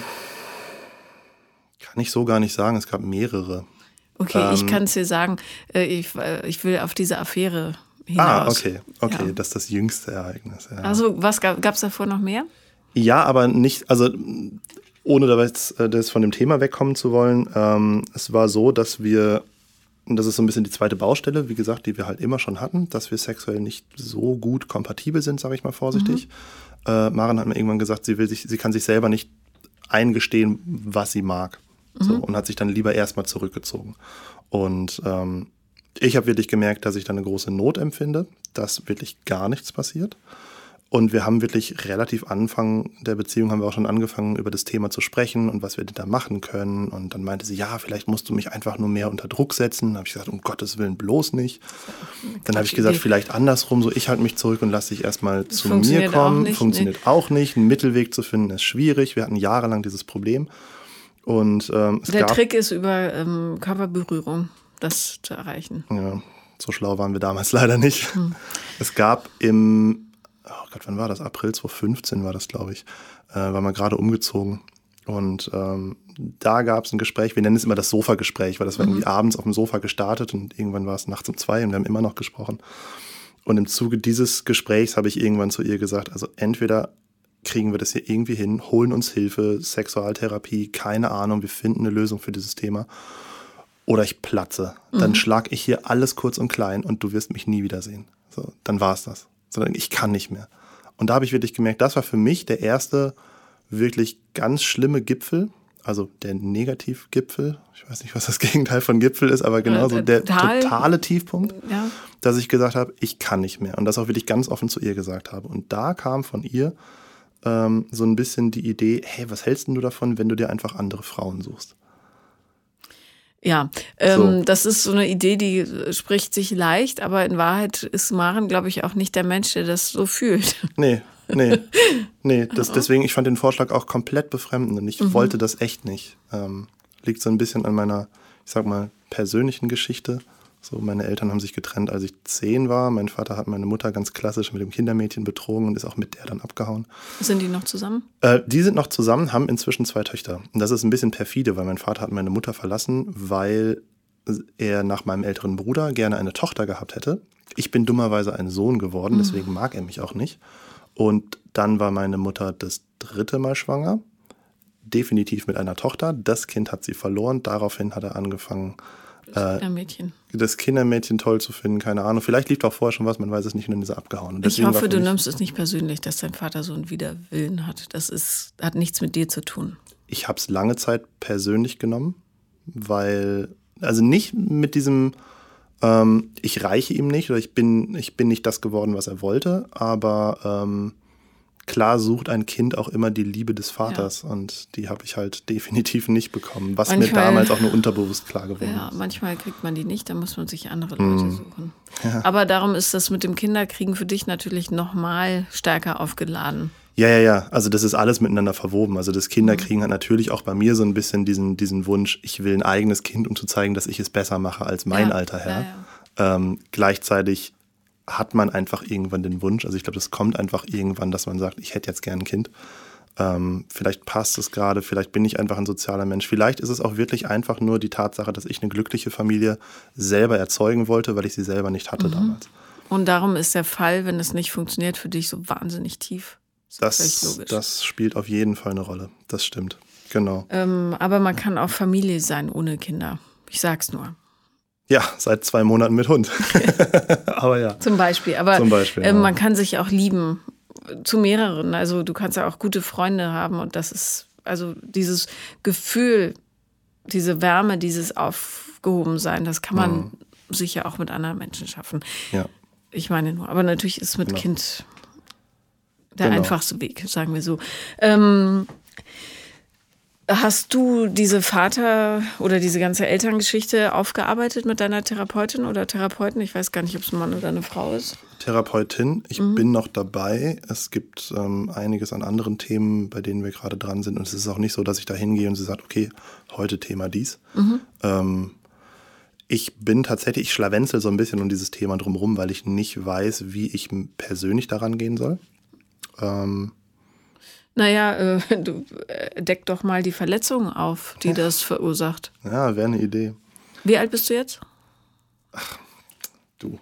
ich so gar nicht sagen. Es gab mehrere. Okay, ich kann es dir sagen, ich will auf diese Affäre hinaus. Okay, ja. Das ist das jüngste Ereignis. Ja. Also gab es davor noch mehr? Ja, aber nicht, also ohne das von dem Thema wegkommen zu wollen, es war so, dass das ist so ein bisschen die zweite Baustelle, wie gesagt, die wir halt immer schon hatten, dass wir sexuell nicht so gut kompatibel sind, sage ich mal vorsichtig. Maren hat mir irgendwann gesagt, sie kann sich selber nicht eingestehen, was sie mag. So, und hat sich dann lieber erstmal zurückgezogen. Und ich habe wirklich gemerkt, dass ich da eine große Not empfinde, dass wirklich gar nichts passiert. Und wir haben wirklich relativ Anfang der Beziehung haben wir auch schon angefangen, über das Thema zu sprechen und was wir da machen können. Und dann meinte sie, ja, vielleicht musst du mich einfach nur mehr unter Druck setzen. Dann habe ich gesagt, um Gottes Willen bloß nicht. Dann habe ich gesagt, vielleicht andersrum, so ich halte mich zurück und lasse dich erstmal zu mir kommen. Funktioniert auch nicht. Einen Mittelweg zu finden ist schwierig. Wir hatten jahrelang dieses Problem. Und der Trick ist, über Körperberührung das zu erreichen. Ja, so schlau waren wir damals leider nicht. Es gab wann war das? April 2015 war das, glaube ich. War mal gerade umgezogen. Und da gab es ein Gespräch, wir nennen es immer das Sofagespräch, weil das war irgendwie abends auf dem Sofa gestartet und irgendwann war es nachts um 2 und wir haben immer noch gesprochen. Und im Zuge dieses Gesprächs habe ich irgendwann zu ihr gesagt, also entweder kriegen wir das hier irgendwie hin, holen uns Hilfe, Sexualtherapie, keine Ahnung, wir finden eine Lösung für dieses Thema. Oder ich platze. Dann schlag ich hier alles kurz und klein und du wirst mich nie wiedersehen. So, dann war es das. Sondern ich kann nicht mehr. Und da habe ich wirklich gemerkt, das war für mich der erste wirklich ganz schlimme Gipfel, also der Negativgipfel. Ich weiß nicht, was das Gegenteil von Gipfel ist, aber genauso der totale Tiefpunkt, dass ich gesagt habe, ich kann nicht mehr. Und das auch wirklich ganz offen zu ihr gesagt habe. Und da kam von ihr so ein bisschen die Idee, hey, was hältst denn du davon, wenn du dir einfach andere Frauen suchst? Ja, das ist so eine Idee, die spricht sich leicht, aber in Wahrheit ist Maren, glaube ich, auch nicht der Mensch, der das so fühlt. Nee, deswegen, ich fand den Vorschlag auch komplett befremdend und ich wollte das echt nicht. Liegt so ein bisschen an meiner, ich sag mal, persönlichen Geschichte. So, meine Eltern haben sich getrennt, als ich 10 war. Mein Vater hat meine Mutter ganz klassisch mit dem Kindermädchen betrogen und ist auch mit der dann abgehauen. Sind die noch zusammen? Die sind noch zusammen, haben inzwischen 2 Töchter. Und das ist ein bisschen perfide, weil mein Vater hat meine Mutter verlassen, weil er nach meinem älteren Bruder gerne eine Tochter gehabt hätte. Ich bin dummerweise ein Sohn geworden, deswegen mag er mich auch nicht. Und dann war meine Mutter das 3. Mal schwanger. Definitiv mit einer Tochter. Das Kind hat sie verloren. Daraufhin hat er angefangen, Das Kindermädchen. Das Kindermädchen toll zu finden, keine Ahnung. Vielleicht lief auch vorher schon was, man weiß es nicht, und dann ist er abgehauen. Und ich hoffe, du nimmst es nicht persönlich, dass dein Vater so einen Widerwillen hat. Hat nichts mit dir zu tun. Ich habe es lange Zeit persönlich genommen, weil, also nicht mit diesem, ich reiche ihm nicht oder ich bin nicht das geworden, was er wollte, aber klar sucht ein Kind auch immer die Liebe des Vaters, und die habe ich halt definitiv nicht bekommen, was mir damals auch nur unterbewusst klar geworden ist. Ja, manchmal kriegt man die nicht, dann muss man sich andere Leute suchen. Ja. Aber darum ist das mit dem Kinderkriegen für dich natürlich noch mal stärker aufgeladen. Ja. Also das ist alles miteinander verwoben. Also das Kinderkriegen hat natürlich auch bei mir so ein bisschen diesen Wunsch, ich will ein eigenes Kind, um zu zeigen, dass ich es besser mache als mein alter Herr. Ja. Gleichzeitig hat man einfach irgendwann den Wunsch, also ich glaube, das kommt einfach irgendwann, dass man sagt, ich hätte jetzt gern ein Kind. Vielleicht passt es gerade, vielleicht bin ich einfach ein sozialer Mensch. Vielleicht ist es auch wirklich einfach nur die Tatsache, dass ich eine glückliche Familie selber erzeugen wollte, weil ich sie selber nicht hatte damals. Und darum ist der Fall, wenn es nicht funktioniert, für dich so wahnsinnig tief. Das spielt auf jeden Fall eine Rolle, das stimmt, genau. Aber man kann auch Familie sein ohne Kinder, ich sag's nur. Ja, seit 2 Monaten mit Hund. Aber ja. Zum Beispiel. Aber man kann sich auch lieben zu mehreren. Also du kannst ja auch gute Freunde haben. Und das ist also dieses Gefühl, diese Wärme, dieses Aufgehobensein, das kann man sicher auch mit anderen Menschen schaffen. Ja. Ich meine nur. Aber natürlich ist mit Kind der einfachste Weg, sagen wir so. Hast du diese Vater- oder diese ganze Elterngeschichte aufgearbeitet mit deiner Therapeutin oder Therapeuten? Ich weiß gar nicht, ob es ein Mann oder eine Frau ist. Therapeutin, ich bin noch dabei. Es gibt einiges an anderen Themen, bei denen wir gerade dran sind. Und es ist auch nicht so, dass ich da hingehe und sie sagt, okay, heute Thema dies. Ich schlawenzel so ein bisschen um dieses Thema drumherum, weil ich nicht weiß, wie ich persönlich daran gehen soll. Naja, du deck doch mal die Verletzung auf, die das verursacht. Ja, wäre eine Idee. Wie alt bist du jetzt? Ach, du.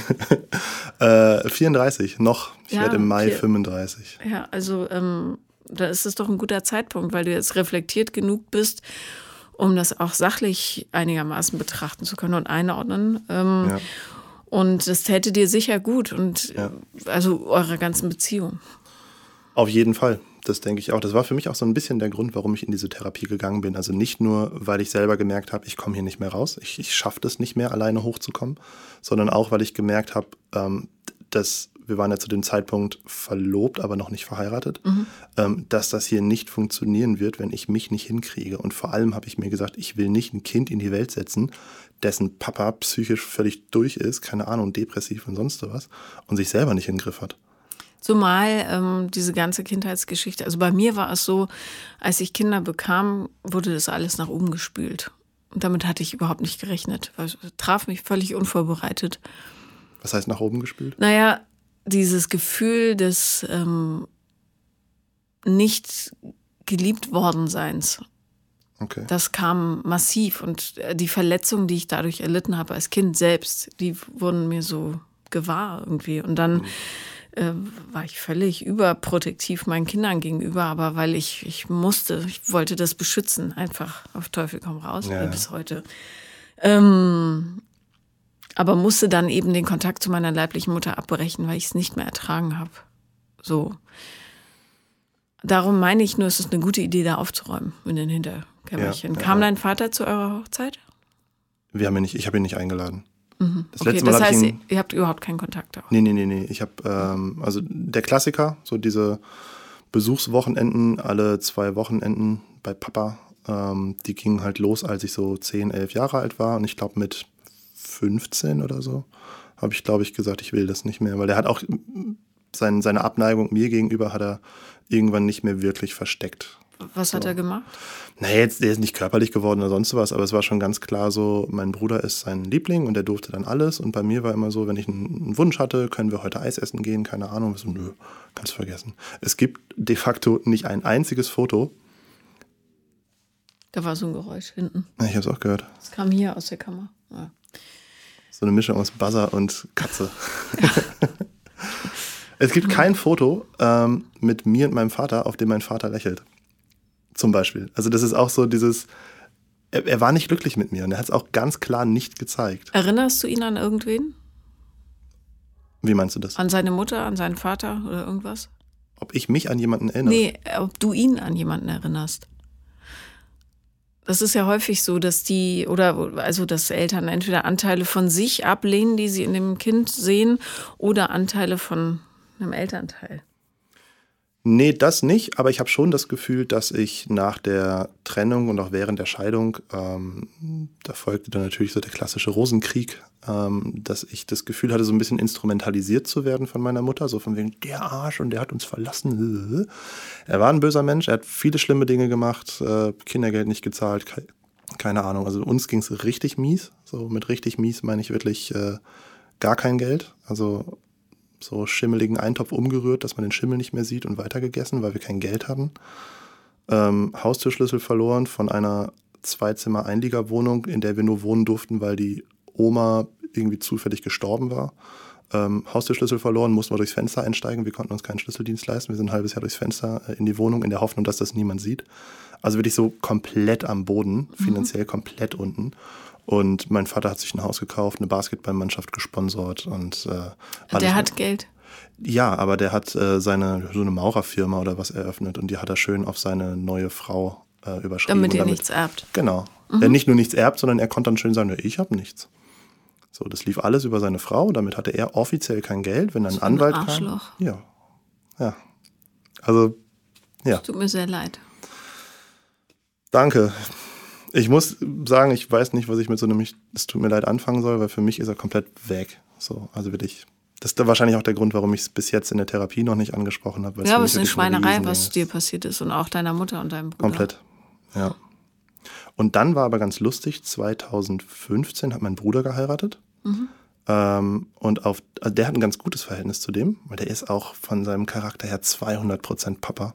34 noch. Ich werde im Mai 35. Ja, also da ist es doch ein guter Zeitpunkt, weil du jetzt reflektiert genug bist, um das auch sachlich einigermaßen betrachten zu können und einordnen. Und das täte dir sicher gut und also eure ganzen Beziehungen. Auf jeden Fall. Das denke ich auch. Das war für mich auch so ein bisschen der Grund, warum ich in diese Therapie gegangen bin. Also nicht nur, weil ich selber gemerkt habe, ich komme hier nicht mehr raus, ich schaffe das nicht mehr, alleine hochzukommen, sondern auch, weil ich gemerkt habe, dass wir waren ja zu dem Zeitpunkt verlobt, aber noch nicht verheiratet, dass das hier nicht funktionieren wird, wenn ich mich nicht hinkriege. Und vor allem habe ich mir gesagt, ich will nicht ein Kind in die Welt setzen, dessen Papa psychisch völlig durch ist, keine Ahnung, depressiv und sonst was, und sich selber nicht in den Griff hat. Zumal diese ganze Kindheitsgeschichte, also bei mir war es so, als ich Kinder bekam, wurde das alles nach oben gespült. Und damit hatte ich überhaupt nicht gerechnet. Es traf mich völlig unvorbereitet. Was heißt nach oben gespült? Naja, dieses Gefühl des nicht geliebt worden Seins. Okay. Das kam massiv. Und die Verletzungen, die ich dadurch erlitten habe als Kind selbst, die wurden mir so gewahr irgendwie. Und dann war ich völlig überprotektiv meinen Kindern gegenüber, aber weil ich wollte das beschützen, einfach auf Teufel komm raus, bis heute. Aber musste dann eben den Kontakt zu meiner leiblichen Mutter abbrechen, weil ich es nicht mehr ertragen habe. So. Darum meine ich nur, es ist eine gute Idee, da aufzuräumen in den Hinterkämmerchen. Kam dein Vater zu eurer Hochzeit? Ich habe ihn nicht eingeladen. Das heißt, ihr habt überhaupt keinen Kontakt auch? Nee. Ich habe, also der Klassiker, so diese Besuchswochenenden, alle 2 Wochenenden bei Papa, die gingen halt los, als ich so 10, 11 Jahre alt war. Und ich glaube mit 15 oder so habe ich, glaube ich, gesagt, ich will das nicht mehr. Weil er hat auch seine Abneigung mir gegenüber hat er irgendwann nicht mehr wirklich versteckt. Was hat er gemacht? Naja, der ist nicht körperlich geworden oder sonst was, aber es war schon ganz klar so, mein Bruder ist sein Liebling und der durfte dann alles. Und bei mir war immer so, wenn ich einen Wunsch hatte, können wir heute Eis essen gehen, keine Ahnung. So, nö, kannst vergessen. Es gibt de facto nicht ein einziges Foto. Da war so ein Geräusch hinten. Ich habe es auch gehört. Das kam hier aus der Kammer. Ja. So eine Mischung aus Buzzer und Katze. Ja. Es gibt kein Foto mit mir und meinem Vater, auf dem mein Vater lächelt. Zum Beispiel. Also das ist auch so dieses, er war nicht glücklich mit mir und er hat es auch ganz klar nicht gezeigt. Erinnerst du ihn an irgendwen? Wie meinst du das? An seine Mutter, an seinen Vater oder irgendwas? Ob ich mich an jemanden erinnere? Nee, ob du ihn an jemanden erinnerst. Das ist ja häufig so, dass dass Eltern entweder Anteile von sich ablehnen, die sie in dem Kind sehen, oder Anteile von einem Elternteil. Nee, das nicht, aber ich habe schon das Gefühl, dass ich nach der Trennung und auch während der Scheidung, da folgte dann natürlich so der klassische Rosenkrieg, dass ich das Gefühl hatte, so ein bisschen instrumentalisiert zu werden von meiner Mutter, so von wegen, der Arsch und der hat uns verlassen. Er war ein böser Mensch, er hat viele schlimme Dinge gemacht, Kindergeld nicht gezahlt, keine Ahnung. Also uns ging es richtig mies, so mit richtig mies meine ich wirklich gar kein Geld, also so schimmeligen Eintopf umgerührt, dass man den Schimmel nicht mehr sieht und weitergegessen, weil wir kein Geld hatten. Haustürschlüssel verloren von einer 2-Zimmer-Einliegerwohnung, in der wir nur wohnen durften, weil die Oma irgendwie zufällig gestorben war. Haustürschlüssel verloren, mussten wir durchs Fenster einsteigen. Wir konnten uns keinen Schlüsseldienst leisten. Wir sind ein halbes Jahr durchs Fenster in die Wohnung, in der Hoffnung, dass das niemand sieht. Also wirklich so komplett am Boden, finanziell komplett unten. Und mein Vater hat sich ein Haus gekauft, eine Basketballmannschaft gesponsert und der hat Geld. Ja, aber der hat so eine Maurerfirma oder was eröffnet und die hat er schön auf seine neue Frau überschrieben. Damit er nichts erbt. Genau. Er nicht nur nichts erbt, sondern er konnte dann schön sagen, ich habe nichts. So, das lief alles über seine Frau. Damit hatte er offiziell kein Geld, wenn ein Anwalt kam. Arschloch. Ja. Also, ja. Tut mir sehr leid. Danke. Ich muss sagen, ich weiß nicht, was ich mit so einem es tut mir leid anfangen soll, weil für mich ist er komplett weg. So, also wirklich. Das ist wahrscheinlich auch der Grund, warum ich es bis jetzt in der Therapie noch nicht angesprochen habe. Ja, aber es ist eine Schweinerei, was dir passiert ist und auch deiner Mutter und deinem Bruder. Komplett, ja. Und dann war aber ganz lustig, 2015 hat mein Bruder geheiratet. Und also der hat ein ganz gutes Verhältnis zu dem, weil der ist auch von seinem Charakter her 200% Papa.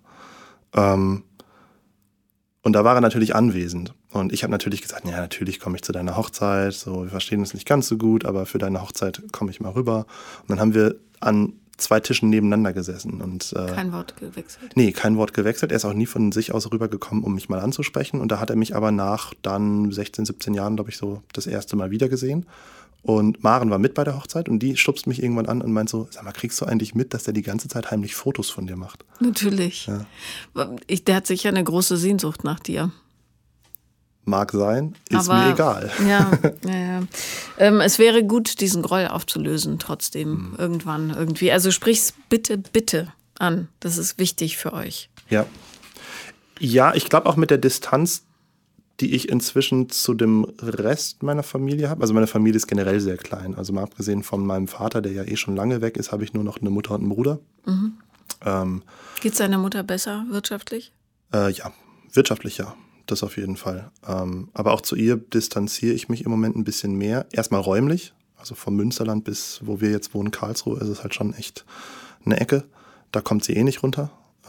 Und da war er natürlich anwesend. Und ich habe natürlich gesagt, ja, natürlich komme ich zu deiner Hochzeit. So, wir verstehen uns nicht ganz so gut, aber für deine Hochzeit komme ich mal rüber. Und dann haben wir an 2 Tischen nebeneinander gesessen. Und, kein Wort gewechselt? Nee, kein Wort gewechselt. Er ist auch nie von sich aus rübergekommen, um mich mal anzusprechen. Und da hat er mich aber nach dann 16, 17 Jahren, glaube ich, so das erste Mal wieder gesehen. Und Maren war mit bei der Hochzeit und die stupst mich irgendwann an und meint so, sag mal, kriegst du eigentlich mit, dass der die ganze Zeit heimlich Fotos von dir macht? Natürlich. Ja. Der hat sicher eine große Sehnsucht nach dir. Mag sein, ist mir egal. Ja. Es wäre gut, diesen Groll aufzulösen trotzdem irgendwann irgendwie. Also sprich's bitte an. Das ist wichtig für euch. Ja. Ja, ich glaube auch mit der Distanz, die ich inzwischen zu dem Rest meiner Familie habe. Also meine Familie ist generell sehr klein. Also mal abgesehen von meinem Vater, der ja schon lange weg ist, habe ich nur noch eine Mutter und einen Bruder. Geht's deiner Mutter besser wirtschaftlich? Ja, wirtschaftlich ja. Das auf jeden Fall. Aber auch zu ihr distanziere ich mich im Moment ein bisschen mehr. Erstmal räumlich. Also vom Münsterland bis wo wir jetzt wohnen, Karlsruhe, ist es halt schon echt eine Ecke. Da kommt sie nicht runter.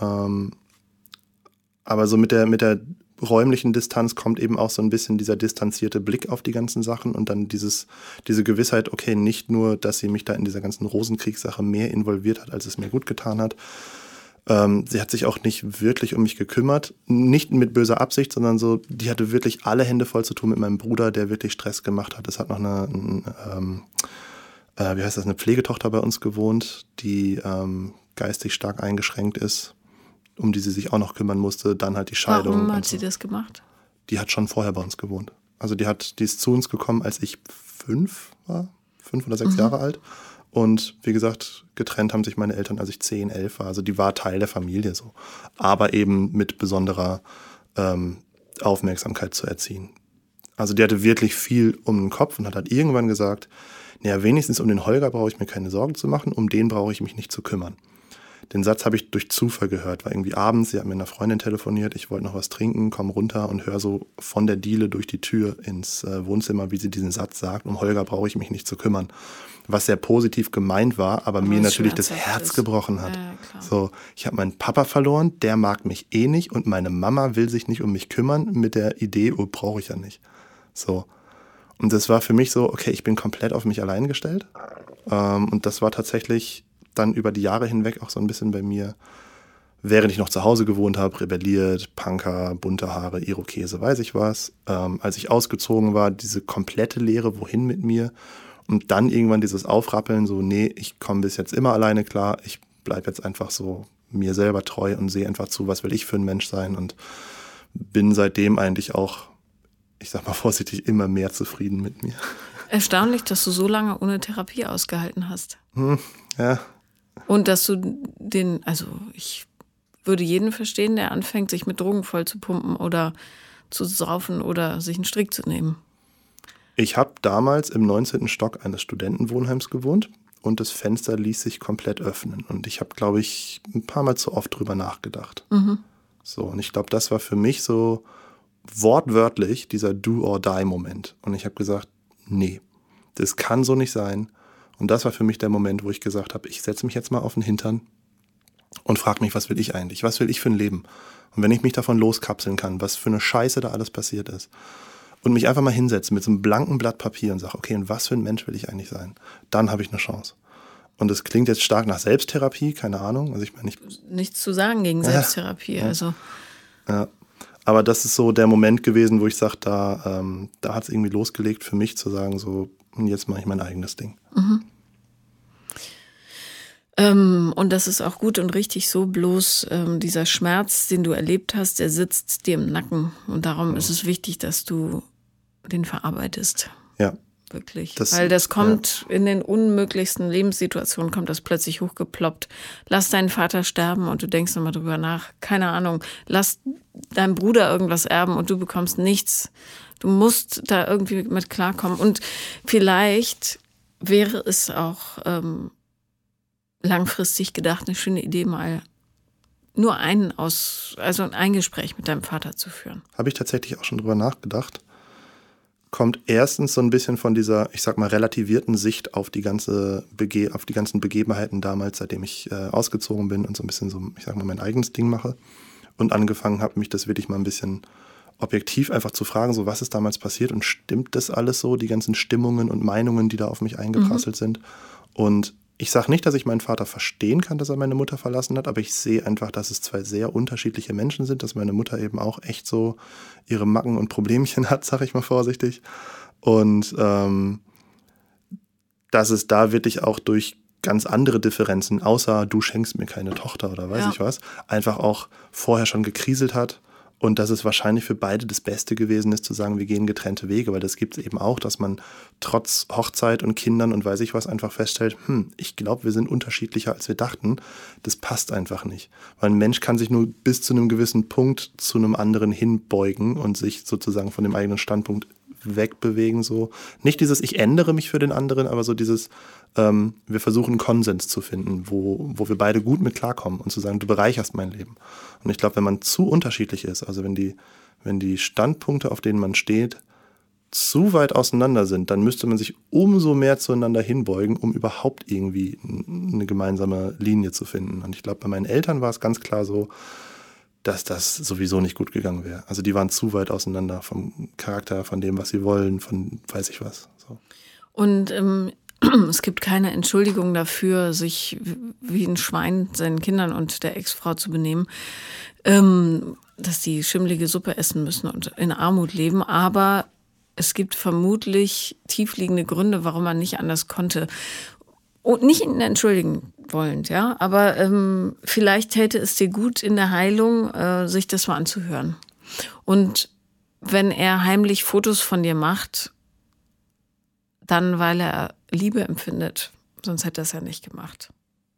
Aber so mit der räumlichen Distanz kommt eben auch so ein bisschen dieser distanzierte Blick auf die ganzen Sachen und dann diese Gewissheit, okay, nicht nur, dass sie mich da in dieser ganzen Rosenkriegssache mehr involviert hat, als es mir gut getan hat. Sie hat sich auch nicht wirklich um mich gekümmert, nicht mit böser Absicht, sondern so, die hatte wirklich alle Hände voll zu tun mit meinem Bruder, der wirklich Stress gemacht hat. Es hat noch eine Pflegetochter bei uns gewohnt, die geistig stark eingeschränkt ist, um die sie sich auch noch kümmern musste, dann halt die Scheidung. Warum hat sie das gemacht? Die hat schon vorher bei uns gewohnt. Also die ist zu uns gekommen, als ich 5 oder 6 Jahre alt. Und wie gesagt, getrennt haben sich meine Eltern, als ich 10, 11 war. Also die war Teil der Familie so. Aber eben mit besonderer Aufmerksamkeit zu erziehen. Also die hatte wirklich viel um den Kopf und hat halt irgendwann gesagt, naja, wenigstens um den Holger brauche ich mir keine Sorgen zu machen, um den brauche ich mich nicht zu kümmern. Den Satz habe ich durch Zufall gehört, war irgendwie abends, sie hat mit einer Freundin telefoniert, ich wollte noch was trinken, komm runter und höre so von der Diele durch die Tür ins Wohnzimmer, wie sie diesen Satz sagt, um Holger brauche ich mich nicht zu kümmern. Was sehr positiv gemeint war, aber mir natürlich das Herz gebrochen hat. Ja, so, ich habe meinen Papa verloren, der mag mich nicht und meine Mama will sich nicht um mich kümmern mit der Idee, brauche ich ja nicht. So. Und das war für mich so, okay, ich bin komplett auf mich allein gestellt. Und das war tatsächlich dann über die Jahre hinweg auch so ein bisschen bei mir während ich noch zu Hause gewohnt habe, rebelliert, Punker, bunte Haare, Irokese, weiß ich was. Als ich ausgezogen war, diese komplette Leere, wohin mit mir? Und dann irgendwann dieses Aufrappeln, so, nee, ich komme bis jetzt immer alleine klar, ich bleibe jetzt einfach so mir selber treu und sehe einfach zu, was will ich für ein Mensch sein und bin seitdem eigentlich auch, ich sag mal vorsichtig, immer mehr zufrieden mit mir. Erstaunlich, dass du so lange ohne Therapie ausgehalten hast. Ja. Und dass du also ich würde jeden verstehen, der anfängt, sich mit Drogen voll zu pumpen oder zu saufen oder sich einen Strick zu nehmen. Ich habe damals im 19. Stock eines Studentenwohnheims gewohnt und das Fenster ließ sich komplett öffnen. Und ich habe, glaube ich, ein paar Mal zu oft drüber nachgedacht. So, und ich glaube, das war für mich so wortwörtlich dieser Do-or-Die-Moment. Und ich habe gesagt, nee, das kann so nicht sein. Und das war für mich der Moment, wo ich gesagt habe, ich setze mich jetzt mal auf den Hintern und frage mich, was will ich eigentlich? Was will ich für ein Leben? Und wenn ich mich davon loskapseln kann, was für eine Scheiße da alles passiert ist und mich einfach mal hinsetzen mit so einem blanken Blatt Papier und sage, okay, und was für ein Mensch will ich eigentlich sein? Dann habe ich eine Chance. Und das klingt jetzt stark nach Selbsttherapie, keine Ahnung. Also ich meine, nichts zu sagen gegen Selbsttherapie. Ja. Also. Ja. Aber das ist so der Moment gewesen, wo ich sage, da hat es irgendwie losgelegt für mich zu sagen, so, jetzt mache ich mein eigenes Ding. Und das ist auch gut und richtig so, bloß dieser Schmerz, den du erlebt hast, der sitzt dir im Nacken. Und darum ist es wichtig, dass du den verarbeitest. Ja. Wirklich. Weil das kommt in den unmöglichsten Lebenssituationen, kommt das plötzlich hochgeploppt. Lass deinen Vater sterben und du denkst nochmal drüber nach. Keine Ahnung. Lass deinem Bruder irgendwas erben und du bekommst nichts. Du musst da irgendwie mit klarkommen. Und vielleicht wäre es auch langfristig gedacht eine schöne Idee, mal nur ein Gespräch mit deinem Vater zu führen. Habe ich tatsächlich auch schon drüber nachgedacht. Kommt erstens so ein bisschen von dieser, ich sag mal, relativierten Sicht auf die ganzen Begebenheiten damals, seitdem ich ausgezogen bin und so ein bisschen so, ich sag mal, mein eigenes Ding mache und angefangen habe, mich das wirklich mal ein bisschen objektiv einfach zu fragen, so was ist damals passiert und stimmt das alles so, die ganzen Stimmungen und Meinungen, die da auf mich eingeprasselt sind. Und ich sage nicht, dass ich meinen Vater verstehen kann, dass er meine Mutter verlassen hat, aber ich sehe einfach, dass es zwei sehr unterschiedliche Menschen sind, dass meine Mutter eben auch echt so ihre Macken und Problemchen hat, sage ich mal vorsichtig. Und dass es da wirklich auch durch ganz andere Differenzen, außer du schenkst mir keine Tochter oder weiß ich was, einfach auch vorher schon gekriselt hat. Und dass es wahrscheinlich für beide das Beste gewesen ist, zu sagen, wir gehen getrennte Wege, weil das gibt es eben auch, dass man trotz Hochzeit und Kindern und weiß ich was einfach feststellt, ich glaube, wir sind unterschiedlicher, als wir dachten. Das passt einfach nicht. Weil ein Mensch kann sich nur bis zu einem gewissen Punkt zu einem anderen hinbeugen und sich sozusagen von dem eigenen Standpunkt wegbewegen. So. Nicht dieses, ich ändere mich für den anderen, aber so dieses, wir versuchen einen Konsens zu finden, wo wir beide gut mit klarkommen und zu sagen, du bereicherst mein Leben. Und ich glaube, wenn man zu unterschiedlich ist, also wenn die Standpunkte, auf denen man steht, zu weit auseinander sind, dann müsste man sich umso mehr zueinander hinbeugen, um überhaupt irgendwie eine gemeinsame Linie zu finden. Und ich glaube, bei meinen Eltern war es ganz klar so, dass das sowieso nicht gut gegangen wäre. Also die waren zu weit auseinander vom Charakter, von dem, was sie wollen, von weiß ich was. So. Und es gibt keine Entschuldigung dafür, sich wie ein Schwein seinen Kindern und der Ex-Frau zu benehmen, dass die schimmlige Suppe essen müssen und in Armut leben. Aber es gibt vermutlich tiefliegende Gründe, warum man nicht anders konnte. Und nicht ihn entschuldigen wollend, ja. Aber vielleicht täte es dir gut in der Heilung, sich das mal anzuhören. Und wenn er heimlich Fotos von dir macht, dann, weil er Liebe empfindet. Sonst hätte er es ja nicht gemacht.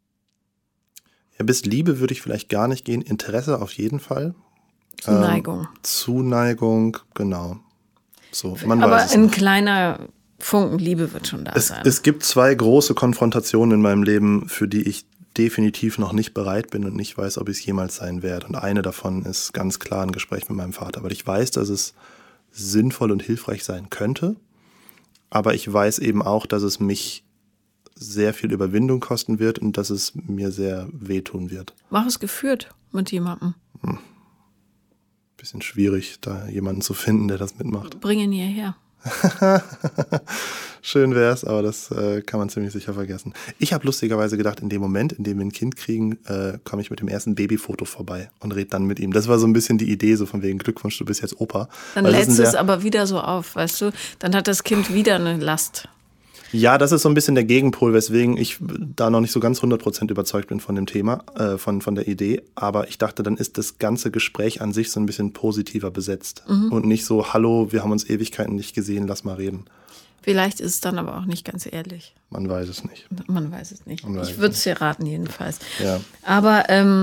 Ja, bis Liebe würde ich vielleicht gar nicht gehen. Interesse auf jeden Fall. Zuneigung. Zuneigung, genau. So, aber ein kleiner Funken Liebe wird schon da sein. Es gibt zwei große Konfrontationen in meinem Leben, für die ich definitiv noch nicht bereit bin und nicht weiß, ob ich es jemals sein werde. Und eine davon ist ganz klar ein Gespräch mit meinem Vater. Weil ich weiß, dass es sinnvoll und hilfreich sein könnte. Aber ich weiß eben auch, dass es mich sehr viel Überwindung kosten wird und dass es mir sehr wehtun wird. Mach es geführt mit jemandem. Bisschen schwierig, da jemanden zu finden, der das mitmacht. Bring ihn hierher. Schön wär's, aber das kann man ziemlich sicher vergessen. Ich habe lustigerweise gedacht, in dem Moment, in dem wir ein Kind kriegen, komme ich mit dem ersten Babyfoto vorbei und rede dann mit ihm. Das war so ein bisschen die Idee, so von wegen Glückwunsch, du bist jetzt Opa. Dann lädst du es aber wieder so auf, weißt du? Dann hat das Kind wieder eine Last. Ja, das ist so ein bisschen der Gegenpol, weswegen ich da noch nicht so ganz 100% überzeugt bin von dem Thema, von der Idee. Aber ich dachte, dann ist das ganze Gespräch an sich so ein bisschen positiver besetzt. Und nicht so, hallo, wir haben uns Ewigkeiten nicht gesehen, lass mal reden. Vielleicht ist es dann aber auch nicht ganz ehrlich. Man weiß es nicht. Man weiß es nicht. Ich würde es dir raten jedenfalls. Ja. Aber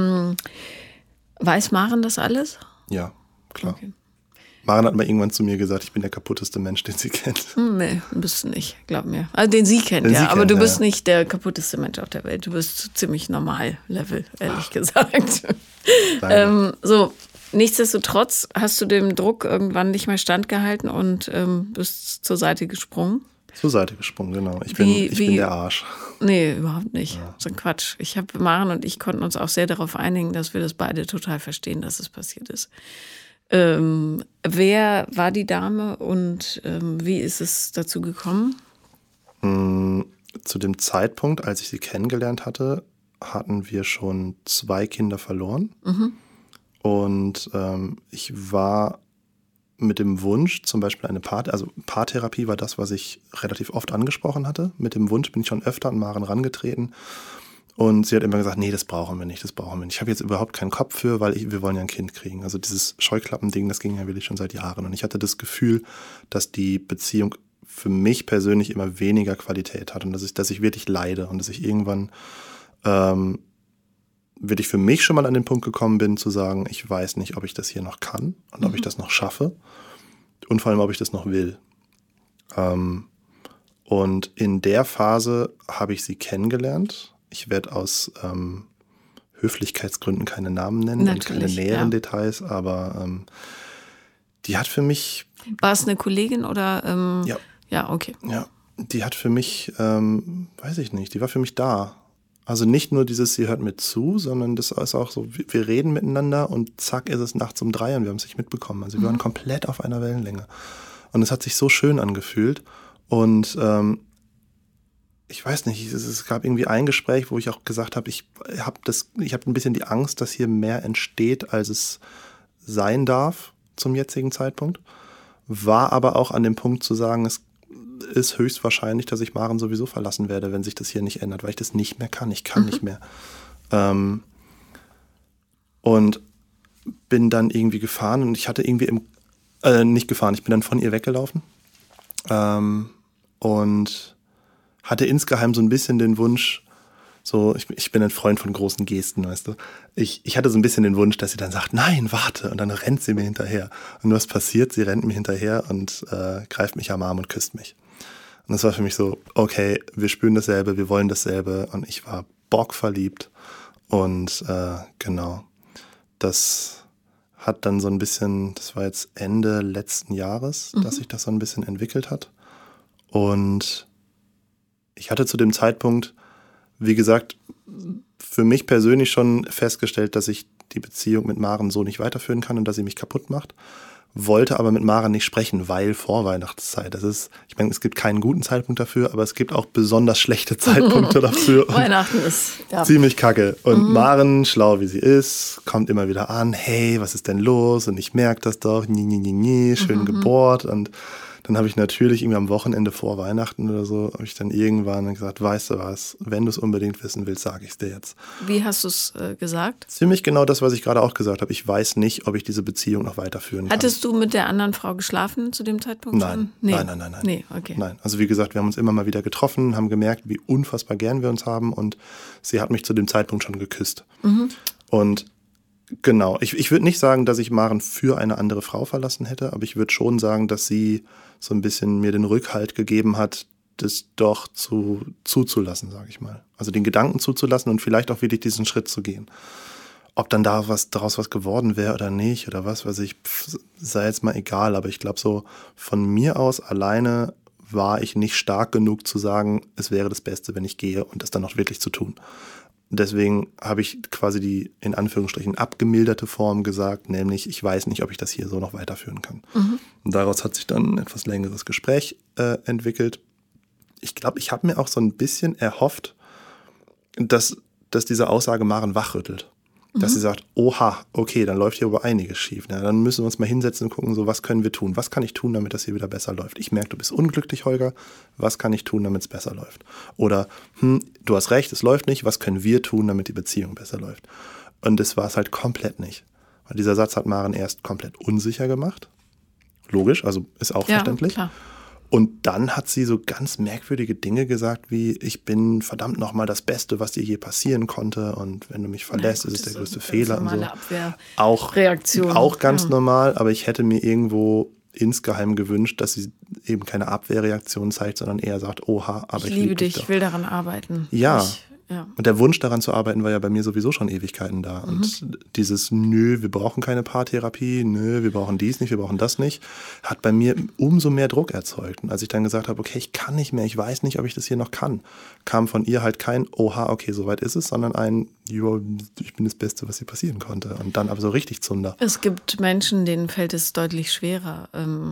weiß Maren das alles? Ja, klar. Okay. Maren hat mal irgendwann zu mir gesagt, ich bin der kaputteste Mensch, den sie kennt. Nee, bist du nicht, glaub mir. Also den sie kennt, ja. Aber du bist nicht der kaputteste Mensch auf der Welt. Du bist ziemlich normal Level, ehrlich gesagt. So, nichtsdestotrotz hast du dem Druck irgendwann nicht mehr standgehalten und bist zur Seite gesprungen. Zur Seite gesprungen, genau. Ich bin der Arsch. Nee, überhaupt nicht. Ja. So ein Quatsch. Maren und ich konnten uns auch sehr darauf einigen, dass wir das beide total verstehen, dass es passiert ist. Wer war die Dame und wie ist es dazu gekommen? Zu dem Zeitpunkt, als ich sie kennengelernt hatte, hatten wir schon 2 Kinder verloren. Und ich war mit dem Wunsch, zum Beispiel Paartherapie war das, was ich relativ oft angesprochen hatte. Mit dem Wunsch bin ich schon öfter an Maren rangetreten. Und sie hat immer gesagt, nee, das brauchen wir nicht. Ich habe jetzt überhaupt keinen Kopf für, weil wir wollen ja ein Kind kriegen. Also dieses Scheuklappending, das ging ja wirklich schon seit Jahren. Und ich hatte das Gefühl, dass die Beziehung für mich persönlich immer weniger Qualität hat und dass ich wirklich leide und dass ich irgendwann wirklich für mich schon mal an den Punkt gekommen bin, zu sagen, ich weiß nicht, ob ich das hier noch kann und ob ich das noch schaffe und vor allem, ob ich das noch will. Und in der Phase habe ich sie kennengelernt. Ich werde aus Höflichkeitsgründen keine Namen nennen und keine näheren Details, aber die hat für mich... War es eine Kollegin oder... Ja. Ja, okay. Ja, die hat für mich, weiß ich nicht, die war für mich da. Also nicht nur dieses, sie hört mir zu, sondern das ist auch so, wir reden miteinander und zack ist es nachts um 3 und wir haben es nicht mitbekommen. Also wir waren komplett auf einer Wellenlänge. Und es hat sich so schön angefühlt und ich weiß nicht, es gab irgendwie ein Gespräch, wo ich auch gesagt habe, ich habe ein bisschen die Angst, dass hier mehr entsteht, als es sein darf zum jetzigen Zeitpunkt. War aber auch an dem Punkt zu sagen, es ist höchstwahrscheinlich, dass ich Maren sowieso verlassen werde, wenn sich das hier nicht ändert, weil ich das nicht mehr kann. Ich kann nicht mehr. Und bin dann irgendwie gefahren und ich hatte irgendwie nicht gefahren, ich bin dann von ihr weggelaufen und hatte insgeheim so ein bisschen den Wunsch, so, ich bin ein Freund von großen Gesten, weißt du. Ich hatte so ein bisschen den Wunsch, dass sie dann sagt, nein, warte, und dann rennt sie mir hinterher. Und was passiert? Sie rennt mir hinterher und greift mich am Arm und küsst mich. Und das war für mich so, okay, wir spüren dasselbe, wir wollen dasselbe. Und ich war bockverliebt. Und genau, das hat dann so ein bisschen, das war jetzt Ende letzten Jahres, dass sich das so ein bisschen entwickelt hat. Und ich hatte zu dem Zeitpunkt, wie gesagt, für mich persönlich schon festgestellt, dass ich die Beziehung mit Maren so nicht weiterführen kann und dass sie mich kaputt macht. Wollte aber mit Maren nicht sprechen, weil Vorweihnachtszeit. Ich meine, es gibt keinen guten Zeitpunkt dafür, aber es gibt auch besonders schlechte Zeitpunkte dafür. Weihnachten ist ziemlich kacke. Und Maren, schlau wie sie ist, kommt immer wieder an, hey, was ist denn los? Und ich merke das doch, schön gebohrt. Und dann habe ich natürlich irgendwie am Wochenende vor Weihnachten oder so, habe ich dann irgendwann gesagt, weißt du was, wenn du es unbedingt wissen willst, sage ich es dir jetzt. Wie hast du es gesagt? Ziemlich genau das, was ich gerade auch gesagt habe. Ich weiß nicht, ob ich diese Beziehung noch weiterführen kann. Hattest du mit der anderen Frau geschlafen zu dem Zeitpunkt Nein. schon? Nein. Nee, okay. Nein, also wie gesagt, wir haben uns immer mal wieder getroffen, haben gemerkt, wie unfassbar gern wir uns haben und sie hat mich zu dem Zeitpunkt schon geküsst. Und genau, ich würde nicht sagen, dass ich Maren für eine andere Frau verlassen hätte, aber ich würde schon sagen, dass sie so ein bisschen mir den Rückhalt gegeben hat, das doch zuzulassen, sage ich mal. Also den Gedanken zuzulassen und vielleicht auch wirklich diesen Schritt zu gehen. Ob dann daraus was geworden wäre oder nicht oder was weiß ich, sei jetzt mal egal. Aber ich glaube so, von mir aus alleine war ich nicht stark genug zu sagen, es wäre das Beste, wenn ich gehe und das dann auch wirklich zu tun. deswegen habe ich quasi die in Anführungsstrichen abgemilderte Form gesagt, nämlich ich weiß nicht, ob ich das hier so noch weiterführen kann. Und daraus hat sich dann ein etwas längeres Gespräch entwickelt. Ich glaube, ich habe mir auch so ein bisschen erhofft, dass diese Aussage Maren wachrüttelt. Dass sie sagt, oha, okay, dann läuft hier aber einiges schief. Na, dann müssen wir uns mal hinsetzen und gucken, so, was können wir tun? Was kann ich tun, damit das hier wieder besser läuft? Ich merke, du bist unglücklich, Holger. Was kann ich tun, damit es besser läuft? Oder, du hast recht, es läuft nicht. Was können wir tun, damit die Beziehung besser läuft? Und das war es halt komplett nicht. Weil dieser Satz hat Maren erst komplett unsicher gemacht. Logisch, also ist auch verständlich. Klar. Und dann hat sie so ganz merkwürdige Dinge gesagt, wie ich bin verdammt nochmal das Beste, was dir je passieren konnte. Und wenn du mich verlässt, ist es der größte Fehler und so. Abwehrreaktion. Auch ganz normal, aber ich hätte mir irgendwo insgeheim gewünscht, dass sie eben keine Abwehrreaktion zeigt, sondern eher sagt, oha, aber ich liebe dich, ich will daran arbeiten. Ja. Und der Wunsch daran zu arbeiten war ja bei mir sowieso schon Ewigkeiten da. Und dieses nö, wir brauchen keine Paartherapie, nö, wir brauchen dies nicht, wir brauchen das nicht, hat bei mir umso mehr Druck erzeugt. Und als ich dann gesagt habe, okay, ich kann nicht mehr, ich weiß nicht, ob ich das hier noch kann, kam von ihr halt kein oha, okay, soweit ist es, sondern ein, jo, ich bin das Beste, was hier passieren konnte. Und dann aber so richtig Zunder. Es gibt Menschen, denen fällt es deutlich schwerer,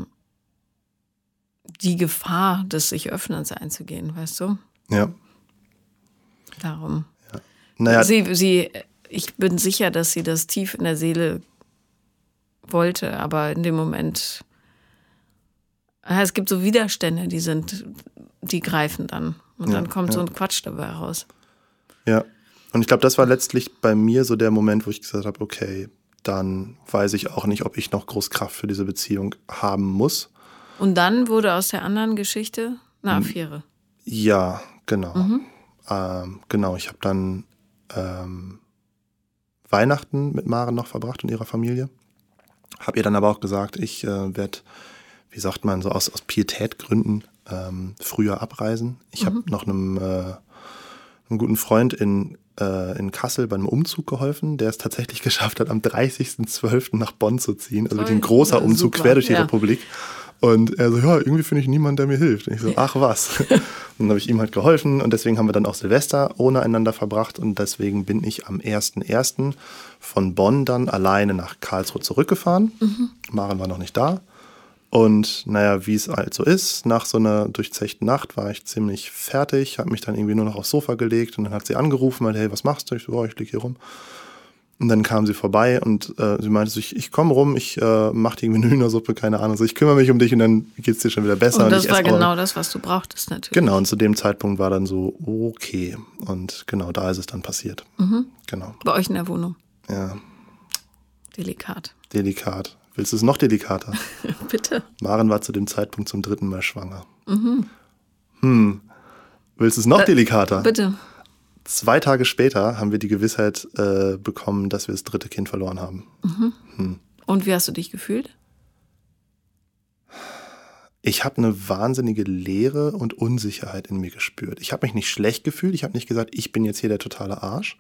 die Gefahr des sich Öffnens einzugehen, weißt du? Ja. Darum. Ja. Naja. Ich bin sicher, dass sie das tief in der Seele wollte, aber in dem Moment, es gibt so Widerstände, die greifen dann. Und dann kommt so ein Quatsch dabei raus. Ja. Und ich glaube, das war letztlich bei mir so der Moment, wo ich gesagt habe, okay, dann weiß ich auch nicht, ob ich noch groß Kraft für diese Beziehung haben muss. Und dann wurde aus der anderen Geschichte eine Affäre. Ja, genau. Genau, ich habe dann Weihnachten mit Maren noch verbracht und ihrer Familie. Habe ihr dann aber auch gesagt, ich werde, wie sagt man, so aus Pietätgründen früher abreisen. Ich habe noch einem guten Freund in Kassel beim Umzug geholfen, der es tatsächlich geschafft hat, am 30.12. nach Bonn zu ziehen. Also ein großer Umzug quer durch die Republik. Und er so, ja, irgendwie finde ich niemanden, der mir hilft. Und ich so, ach was. Und dann habe ich ihm halt geholfen und deswegen haben wir dann auch Silvester ohne einander verbracht und deswegen bin ich am 1.1. von Bonn dann alleine nach Karlsruhe zurückgefahren. Maren war noch nicht da. Und naja, wie es halt so ist, nach so einer durchzechten Nacht war ich ziemlich fertig, habe mich dann irgendwie nur noch aufs Sofa gelegt und dann hat sie angerufen, meinte, hey, was machst du? Ich so, oh, ich liege hier rum. Und dann kam sie vorbei und sie meinte so, ich komme rum, ich mache dir irgendwie eine Hühnersuppe, keine Ahnung. So, ich kümmere mich um dich und dann geht's dir schon wieder besser. Und das war genau das, was du brauchtest natürlich. Genau, und zu dem Zeitpunkt war dann so, okay. Und genau, da ist es dann passiert. Genau. Bei euch in der Wohnung. Ja. Delikat. Willst du es noch delikater? Bitte. Maren war zu dem Zeitpunkt zum 3. Mal schwanger. Willst du es noch delikater? Bitte. 2 Tage später haben wir die Gewissheit bekommen, dass wir das 3. Kind verloren haben. Und wie hast du dich gefühlt? Ich habe eine wahnsinnige Leere und Unsicherheit in mir gespürt. Ich habe mich nicht schlecht gefühlt. Ich habe nicht gesagt, ich bin jetzt hier der totale Arsch.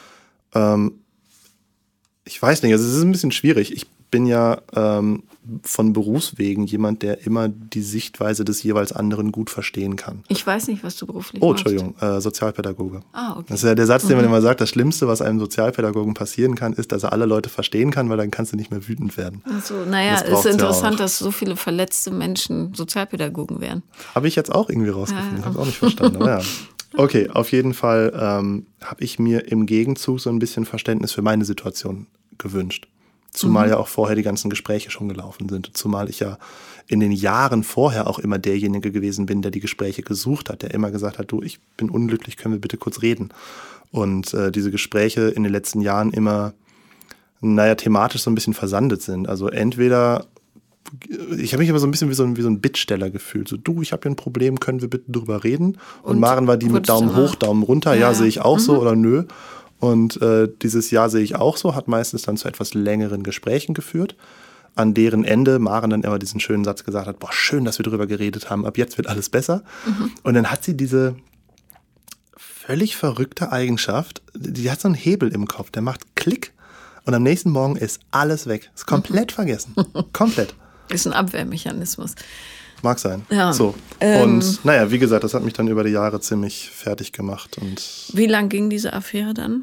Ich weiß nicht, also es ist ein bisschen schwierig. Ich bin ja von Berufswegen jemand, der immer die Sichtweise des jeweils anderen gut verstehen kann. Ich weiß nicht, was du beruflich machst. machst. Entschuldigung, Sozialpädagoge. Okay. Das ist ja der Satz, den man immer sagt, das Schlimmste, was einem Sozialpädagogen passieren kann, ist, dass er alle Leute verstehen kann, weil dann kannst du nicht mehr wütend werden. Also, naja, es ist interessant, dass so viele verletzte Menschen Sozialpädagogen wären. Habe ich jetzt auch irgendwie rausgefunden. Ich habe es auch nicht verstanden. Aber ja. Okay, auf jeden Fall habe ich mir im Gegenzug so ein bisschen Verständnis für meine Situation gewünscht. Zumal ja auch vorher die ganzen Gespräche schon gelaufen sind. Zumal ich ja in den Jahren vorher auch immer derjenige gewesen bin, der die Gespräche gesucht hat, der immer gesagt hat, du, ich bin unglücklich, können wir bitte kurz reden. Und diese Gespräche in den letzten Jahren immer, thematisch so ein bisschen versandet sind. Also entweder, ich habe mich immer so ein bisschen wie so ein Bittsteller gefühlt. So, du, ich habe hier ein Problem, können wir bitte drüber reden? Und Maren war die mit Daumen hoch, Daumen runter, ja sehe ich auch so oder nö. Und dieses Jahr sehe ich auch so, hat meistens dann zu etwas längeren Gesprächen geführt, an deren Ende Maren dann immer diesen schönen Satz gesagt hat, boah, schön, dass wir drüber geredet haben, ab jetzt wird alles besser. Und dann hat sie diese völlig verrückte Eigenschaft, die hat so einen Hebel im Kopf, der macht Klick und am nächsten Morgen ist alles weg. Ist komplett vergessen. Komplett. Ist ein Abwehrmechanismus. mag sein. Ja. So. Und naja, wie gesagt, das hat mich dann über die Jahre ziemlich fertig gemacht. Und wie lang ging diese Affäre dann?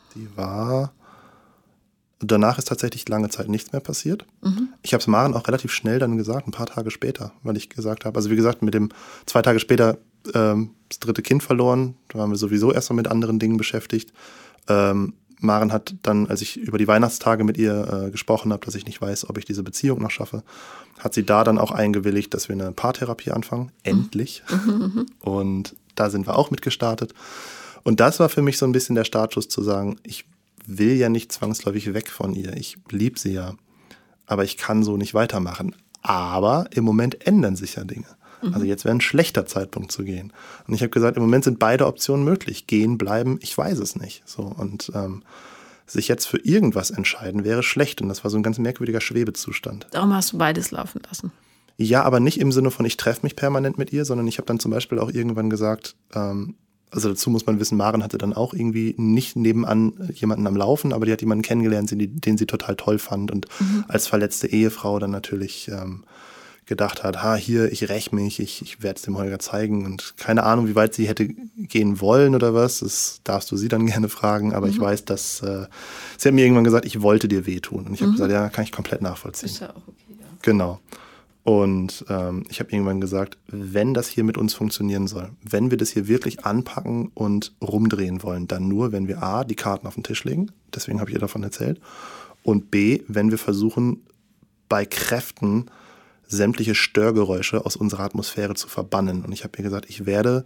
Danach ist tatsächlich lange Zeit nichts mehr passiert. Ich habe es Maren auch relativ schnell dann gesagt, ein paar Tage später, weil ich gesagt habe, also wie gesagt, 2 Tage später das 3. Kind verloren, da waren wir sowieso erstmal mit anderen Dingen beschäftigt. Maren hat dann, als ich über die Weihnachtstage mit ihr gesprochen habe, dass ich nicht weiß, ob ich diese Beziehung noch schaffe, hat sie da dann auch eingewilligt, dass wir eine Paartherapie anfangen. Endlich. Und da sind wir auch mit gestartet. Und das war für mich so ein bisschen der Startschuss zu sagen, ich will ja nicht zwangsläufig weg von ihr. Ich liebe sie ja. Aber ich kann so nicht weitermachen. Aber im Moment ändern sich ja Dinge. Also jetzt wäre ein schlechter Zeitpunkt zu gehen. Und ich habe gesagt, im Moment sind beide Optionen möglich. Gehen, bleiben, ich weiß es nicht. So, und sich jetzt für irgendwas entscheiden, wäre schlecht. Und das war so ein ganz merkwürdiger Schwebezustand. Darum hast du beides laufen lassen. Ja, aber nicht im Sinne von, ich treffe mich permanent mit ihr, sondern ich habe dann zum Beispiel auch irgendwann gesagt, also dazu muss man wissen, Maren hatte dann auch irgendwie nicht nebenan jemanden am Laufen, aber die hat jemanden kennengelernt, den sie total toll fand und als verletzte Ehefrau dann natürlich gedacht hat, hier, ich räche mich, ich werde es dem Holger zeigen und keine Ahnung, wie weit sie hätte gehen wollen oder was, das darfst du sie dann gerne fragen, aber ich weiß, dass sie hat mir irgendwann gesagt, ich wollte dir wehtun und ich habe gesagt, ja, kann ich komplett nachvollziehen. Ist ja auch okay, ja. Genau. Und ich habe irgendwann gesagt, wenn das hier mit uns funktionieren soll, wenn wir das hier wirklich anpacken und rumdrehen wollen, dann nur, wenn wir A, die Karten auf den Tisch legen, deswegen habe ich ihr davon erzählt, und B, wenn wir versuchen, bei Kräften sämtliche Störgeräusche aus unserer Atmosphäre zu verbannen. Und ich habe ihr gesagt, ich werde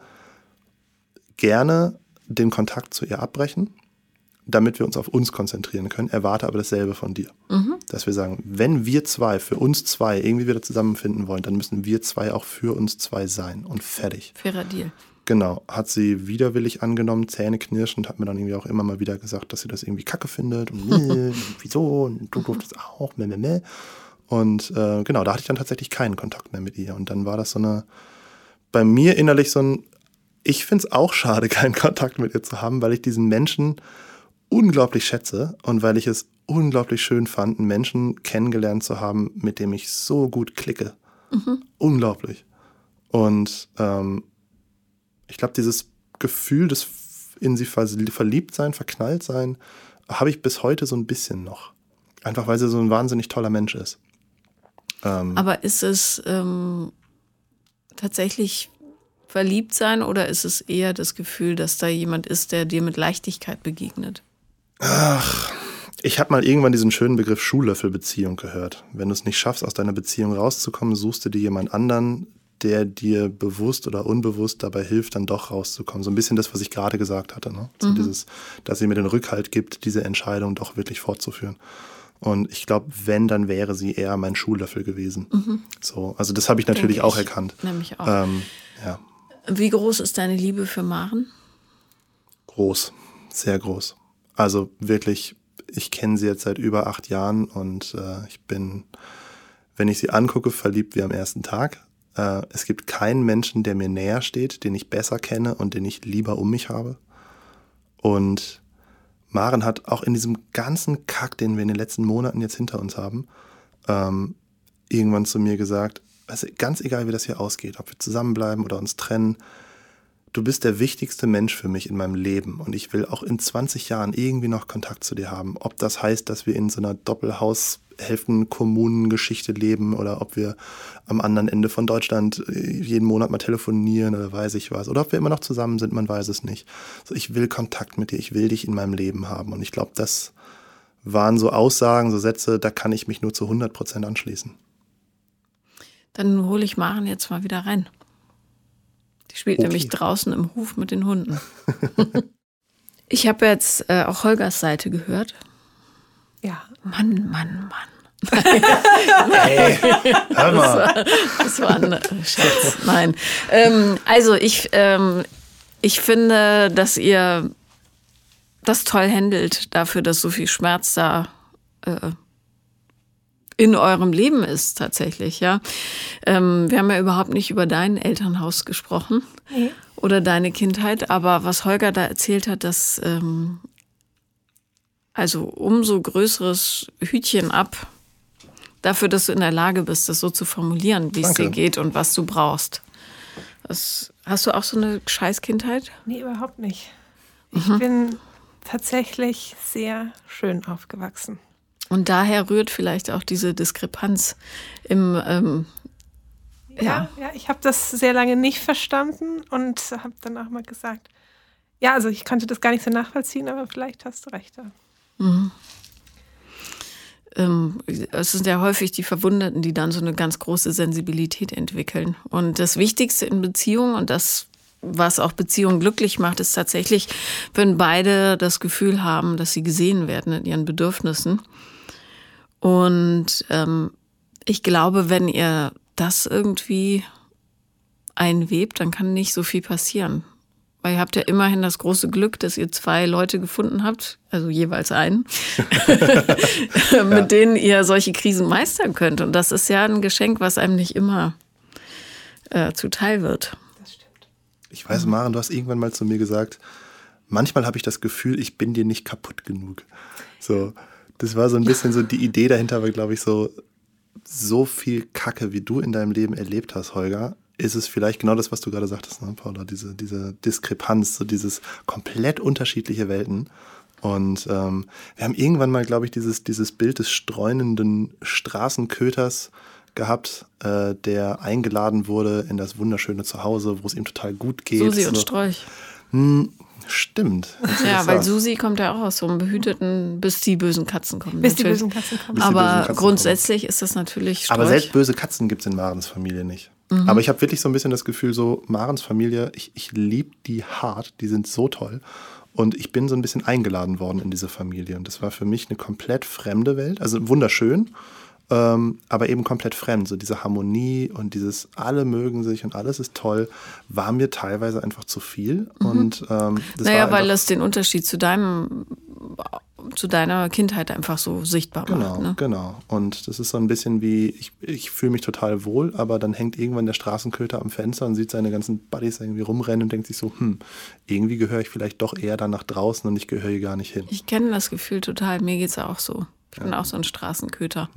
gerne den Kontakt zu ihr abbrechen, damit wir uns auf uns konzentrieren können, erwarte aber dasselbe von dir. Dass wir sagen, wenn wir zwei, für uns zwei irgendwie wieder zusammenfinden wollen, dann müssen wir zwei auch für uns zwei sein und fertig. Fairer Deal. Genau, hat sie widerwillig angenommen, Zähne knirschend, hat mir dann irgendwie auch immer mal wieder gesagt, dass sie das irgendwie kacke findet und wieso und du durftest auch, meh. Und genau, da hatte ich dann tatsächlich keinen Kontakt mehr mit ihr. Und dann war das bei mir innerlich ich finde es auch schade, keinen Kontakt mit ihr zu haben, weil ich diesen Menschen unglaublich schätze und weil ich es unglaublich schön fand, einen Menschen kennengelernt zu haben, mit dem ich so gut klicke. Unglaublich. Und ich glaube, dieses Gefühl des in sie verliebt sein, verknallt sein, habe ich bis heute so ein bisschen noch. Einfach weil sie so ein wahnsinnig toller Mensch ist. Aber ist es tatsächlich verliebt sein oder ist es eher das Gefühl, dass da jemand ist, der dir mit Leichtigkeit begegnet? Ach, ich habe mal irgendwann diesen schönen Begriff Schuhlöffelbeziehung gehört. Wenn du es nicht schaffst, aus deiner Beziehung rauszukommen, suchst du dir jemand anderen, der dir bewusst oder unbewusst dabei hilft, dann doch rauszukommen. So ein bisschen das, was ich gerade gesagt hatte. Ne? So dass sie mir den Rückhalt gibt, diese Entscheidung doch wirklich fortzuführen. Und ich glaube, wenn, dann wäre sie eher mein Schuhlöffel gewesen. So, also das habe ich natürlich auch erkannt. Nämlich auch. Ja. Wie groß ist deine Liebe für Maren? Groß, sehr groß. Also wirklich, ich kenne sie jetzt seit über 8 Jahren und ich bin, wenn ich sie angucke, verliebt wie am ersten Tag. Es gibt keinen Menschen, der mir näher steht, den ich besser kenne und den ich lieber um mich habe. Und Maren hat auch in diesem ganzen Kack, den wir in den letzten Monaten jetzt hinter uns haben, irgendwann zu mir gesagt, also ganz egal, wie das hier ausgeht, ob wir zusammenbleiben oder uns trennen, du bist der wichtigste Mensch für mich in meinem Leben und ich will auch in 20 Jahren irgendwie noch Kontakt zu dir haben. Ob das heißt, dass wir in so einer Doppelhaushälften-Kommunen-Geschichte leben oder ob wir am anderen Ende von Deutschland jeden Monat mal telefonieren oder weiß ich was. Oder ob wir immer noch zusammen sind, man weiß es nicht. So, ich will Kontakt mit dir, ich will dich in meinem Leben haben. Und ich glaube, das waren so Aussagen, so Sätze, da kann ich mich nur zu 100% anschließen. Dann hole ich Maren jetzt mal wieder rein. Die spielt nämlich draußen im Hof mit den Hunden. Ich habe jetzt auch Holgers Seite gehört. Ja. Mann. Hey, hör mal. Das war ein Scherz. Nein. Also ich finde, dass ihr das toll handelt dafür, dass so viel Schmerz da in eurem Leben ist tatsächlich, ja. Wir haben ja überhaupt nicht über dein Elternhaus gesprochen oder deine Kindheit, aber was Holger da erzählt hat, dass also umso größeres Hütchen ab, dafür, dass du in der Lage bist, das so zu formulieren, wie es dir geht und was du brauchst. Hast du auch so eine Scheißkindheit? Nee, überhaupt nicht. Ich bin tatsächlich sehr schön aufgewachsen. Und daher rührt vielleicht auch diese Diskrepanz im Ja, ich habe das sehr lange nicht verstanden und habe dann auch mal gesagt, ja, also ich konnte das gar nicht so nachvollziehen, aber vielleicht hast du recht. Ja. Es sind ja häufig die Verwundeten, die dann so eine ganz große Sensibilität entwickeln. Und das Wichtigste in Beziehungen und das, was auch Beziehungen glücklich macht, ist tatsächlich, wenn beide das Gefühl haben, dass sie gesehen werden in ihren Bedürfnissen. Und ich glaube, wenn ihr das irgendwie einwebt, dann kann nicht so viel passieren. Weil ihr habt ja immerhin das große Glück, dass ihr 2 Leute gefunden habt, also jeweils einen, mit denen ihr solche Krisen meistern könnt. Und das ist ja ein Geschenk, was einem nicht immer zuteil wird. Das stimmt. Ich weiß, Maren, du hast irgendwann mal zu mir gesagt, manchmal habe ich das Gefühl, ich bin dir nicht kaputt genug. So, das war so ein bisschen so die Idee dahinter, aber glaube ich so viel Kacke, wie du in deinem Leben erlebt hast, Holger, ist es vielleicht genau das, was du gerade sagtest, ne, Paula, diese Diskrepanz, so dieses komplett unterschiedliche Welten. Und wir haben irgendwann mal, glaube ich, dieses Bild des streunenden Straßenköters gehabt, der eingeladen wurde in das wunderschöne Zuhause, wo es ihm total gut geht. Susi und Strolch. Stimmt. Ja, weil Susi kommt ja auch aus so einem behüteten, bis die bösen Katzen kommen. Bis die bösen Katzen kommen. Aber grundsätzlich ist das natürlich Strolch. Aber selbst böse Katzen gibt es in Marens Familie nicht. Aber ich habe wirklich so ein bisschen das Gefühl, so Marens Familie, ich liebe die hart, die sind so toll. Und ich bin so ein bisschen eingeladen worden in diese Familie. Und das war für mich eine komplett fremde Welt, also wunderschön, aber eben komplett fremd. So diese Harmonie und dieses alle mögen sich und alles ist toll, war mir teilweise einfach zu viel. Und das war weil das den Unterschied zu deiner Kindheit einfach so sichtbar macht. Ne? Genau. Und das ist so ein bisschen wie, ich fühle mich total wohl, aber dann hängt irgendwann der Straßenköter am Fenster und sieht seine ganzen Buddies irgendwie rumrennen und denkt sich so, irgendwie gehöre ich vielleicht doch eher dann nach draußen und ich gehöre hier gar nicht hin. Ich kenne das Gefühl total, mir geht's auch so. Ich bin auch so ein Straßenköter.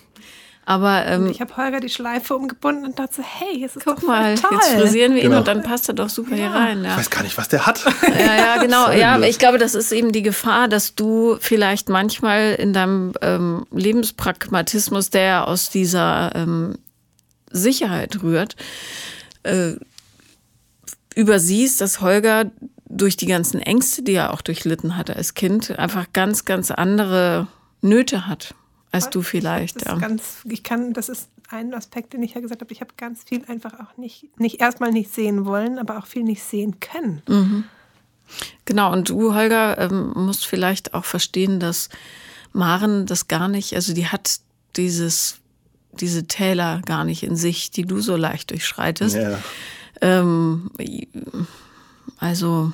Aber ich habe Holger die Schleife umgebunden und dachte so, hey, es ist guck doch mal, toll. jetzt frisieren wir ihn und dann passt er doch super hier rein. Ja. Ich weiß gar nicht, was der hat. Ja, genau. Ja, aber ich glaube, das ist eben die Gefahr, dass du vielleicht manchmal in deinem Lebenspragmatismus, der aus dieser Sicherheit rührt, übersiehst, dass Holger durch die ganzen Ängste, die er auch durchlitten hatte als Kind, einfach ganz, ganz andere Nöte hat als du vielleicht. Das ist ein Aspekt, den ich ja gesagt habe, ich habe ganz viel einfach auch nicht erstmal nicht sehen wollen, aber auch viel nicht sehen können. Mhm. Genau, und du, Holger, musst vielleicht auch verstehen, dass Maren das gar nicht, also die hat diese Täler gar nicht in sich, die du so leicht durchschreitest. Ja. Also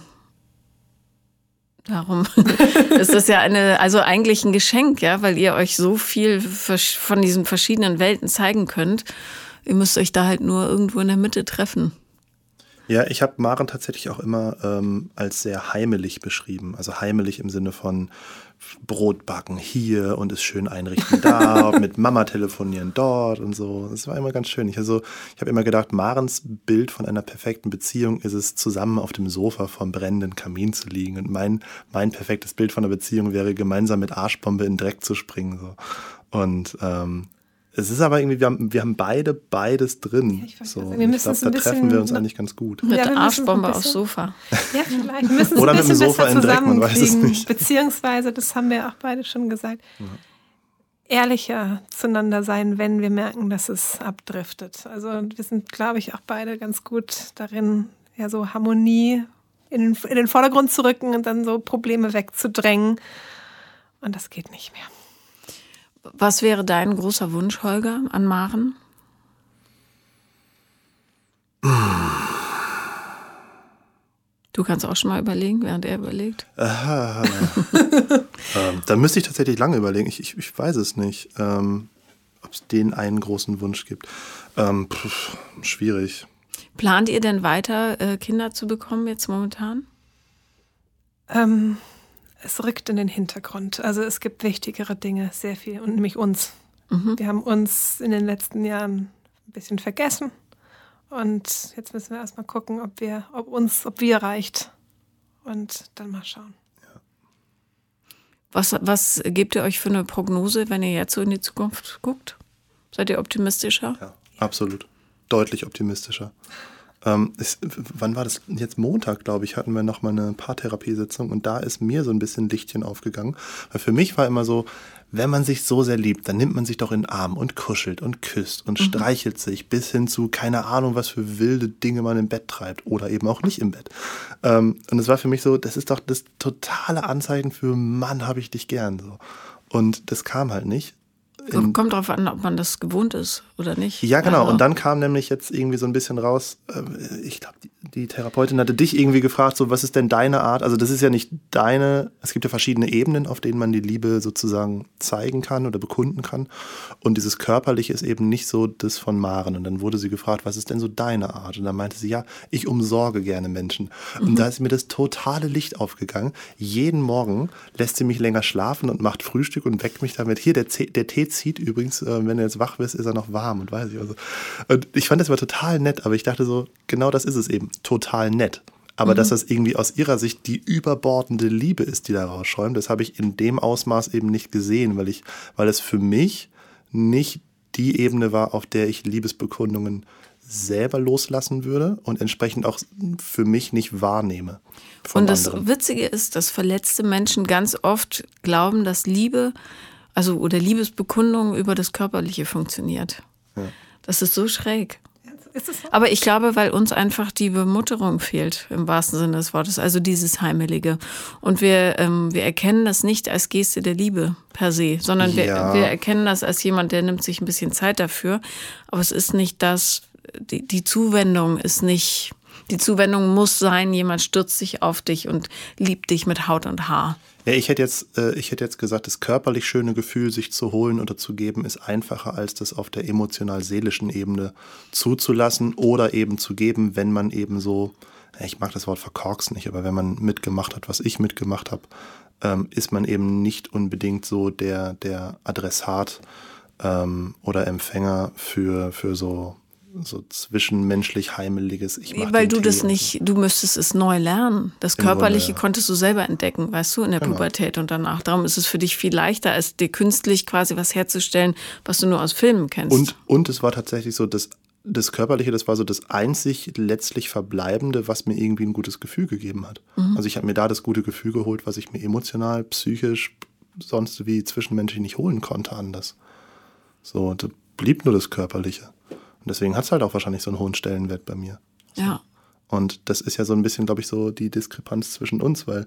darum ist das ja eigentlich ein Geschenk, ja, weil ihr euch so viel von diesen verschiedenen Welten zeigen könnt. Ihr müsst euch da halt nur irgendwo in der Mitte treffen. Ja, ich habe Maren tatsächlich auch immer als sehr heimelig beschrieben. Also heimelig im Sinne von Brot backen hier und es schön einrichten da, mit Mama telefonieren dort und so. Das war immer ganz schön. Ich habe immer gedacht, Marens Bild von einer perfekten Beziehung ist es, zusammen auf dem Sofa vorm brennenden Kamin zu liegen. Und mein perfektes Bild von einer Beziehung wäre, gemeinsam mit Arschbombe in den Dreck zu springen. So. Und es ist aber irgendwie, wir haben beide beides drin. Ja, ich glaube, da treffen wir uns eigentlich ganz gut. Mit Arschbombe aufs Sofa. Ja, vielleicht. Wir müssen es oder ein mit dem Sofa in Dreck, man weiß es nicht. Beziehungsweise, das haben wir auch beide schon gesagt, ehrlicher zueinander sein, wenn wir merken, dass es abdriftet. Also wir sind, glaube ich, auch beide ganz gut darin, ja, so Harmonie in den Vordergrund zu rücken und dann so Probleme wegzudrängen. Und das geht nicht mehr. Was wäre dein großer Wunsch, Holger, an Maren? Du kannst auch schon mal überlegen, während er überlegt. Da müsste ich tatsächlich lange überlegen. Ich weiß es nicht, ob es den einen großen Wunsch gibt. Schwierig. Plant ihr denn weiter, Kinder zu bekommen jetzt momentan? Es rückt in den Hintergrund. Also es gibt wichtigere Dinge, sehr viel, und nämlich uns. Wir haben uns in den letzten Jahren ein bisschen vergessen. Und jetzt müssen wir erstmal gucken, ob wir reicht. Und dann mal schauen. Was gebt ihr euch für eine Prognose, wenn ihr jetzt so in die Zukunft guckt? Seid ihr optimistischer? Ja, absolut. Deutlich optimistischer. Wann war das? Jetzt Montag, glaube ich, hatten wir nochmal eine Paartherapiesitzung und da ist mir so ein bisschen Lichtchen aufgegangen. Weil für mich war immer so, wenn man sich so sehr liebt, dann nimmt man sich doch in den Arm und kuschelt und küsst und streichelt sich bis hin zu keine Ahnung, was für wilde Dinge man im Bett treibt oder eben auch nicht im Bett. Und es war für mich so, das ist doch das totale Anzeichen für Mann, habe ich dich gern. So. Und das kam halt nicht. Kommt drauf an, ob man das gewohnt ist oder nicht. Ja, genau. Und dann kam nämlich jetzt irgendwie so ein bisschen raus, ich glaube, die Therapeutin hatte dich irgendwie gefragt, so, was ist denn deine Art? Also das ist ja nicht es gibt ja verschiedene Ebenen, auf denen man die Liebe sozusagen zeigen kann oder bekunden kann. Und dieses Körperliche ist eben nicht so das von Maren. Und dann wurde sie gefragt, was ist denn so deine Art? Und dann meinte sie, ja, ich umsorge gerne Menschen. Und da ist mir das totale Licht aufgegangen. Jeden Morgen lässt sie mich länger schlafen und macht Frühstück und weckt mich damit. Hier, der Tee zieht übrigens, wenn du jetzt wach bist, ist er noch warm und weiß ich. Also. Und ich fand das war total nett, aber ich dachte so, genau das ist es eben, total nett. Aber dass das irgendwie aus ihrer Sicht die überbordende Liebe ist, die da rausschäumt, das habe ich in dem Ausmaß eben nicht gesehen, weil es für mich nicht die Ebene war, auf der ich Liebesbekundungen selber loslassen würde und entsprechend auch für mich nicht wahrnehme. Und das Witzige ist, dass verletzte Menschen ganz oft glauben, dass Liebe, oder Liebesbekundung über das Körperliche funktioniert. Ja. Das ist so schräg. Ist es so? Aber ich glaube, weil uns einfach die Bemutterung fehlt, im wahrsten Sinne des Wortes, also dieses Heimelige. Und wir erkennen das nicht als Geste der Liebe per se, sondern wir erkennen das als jemand, der nimmt sich ein bisschen Zeit dafür. Aber es ist nicht das, die Zuwendung ist nicht, die Zuwendung muss sein, jemand stürzt sich auf dich und liebt dich mit Haut und Haar. Ja, ich hätte jetzt gesagt, das körperlich schöne Gefühl, sich zu holen oder zu geben, ist einfacher, als das auf der emotional-seelischen Ebene zuzulassen oder eben zu geben, wenn man eben so, ich mag das Wort verkorkst nicht, aber wenn man mitgemacht hat, was ich mitgemacht habe, ist man eben nicht unbedingt so der Adressat oder Empfänger für so zwischenmenschlich heimeliges. Weil du das nicht, du müsstest es neu lernen. Das Körperliche konntest du selber entdecken, weißt du, in der Pubertät und danach. Darum ist es für dich viel leichter, als dir künstlich quasi was herzustellen, was du nur aus Filmen kennst. Und es war tatsächlich so, das Körperliche, das war so das einzig letztlich Verbleibende, was mir irgendwie ein gutes Gefühl gegeben hat. Also ich habe mir da das gute Gefühl geholt, was ich mir emotional, psychisch, sonst wie zwischenmenschlich nicht holen konnte anders. So, da blieb nur das Körperliche. Und deswegen hat es halt auch wahrscheinlich so einen hohen Stellenwert bei mir. So. Ja. Und das ist ja so ein bisschen, glaube ich, so die Diskrepanz zwischen uns, weil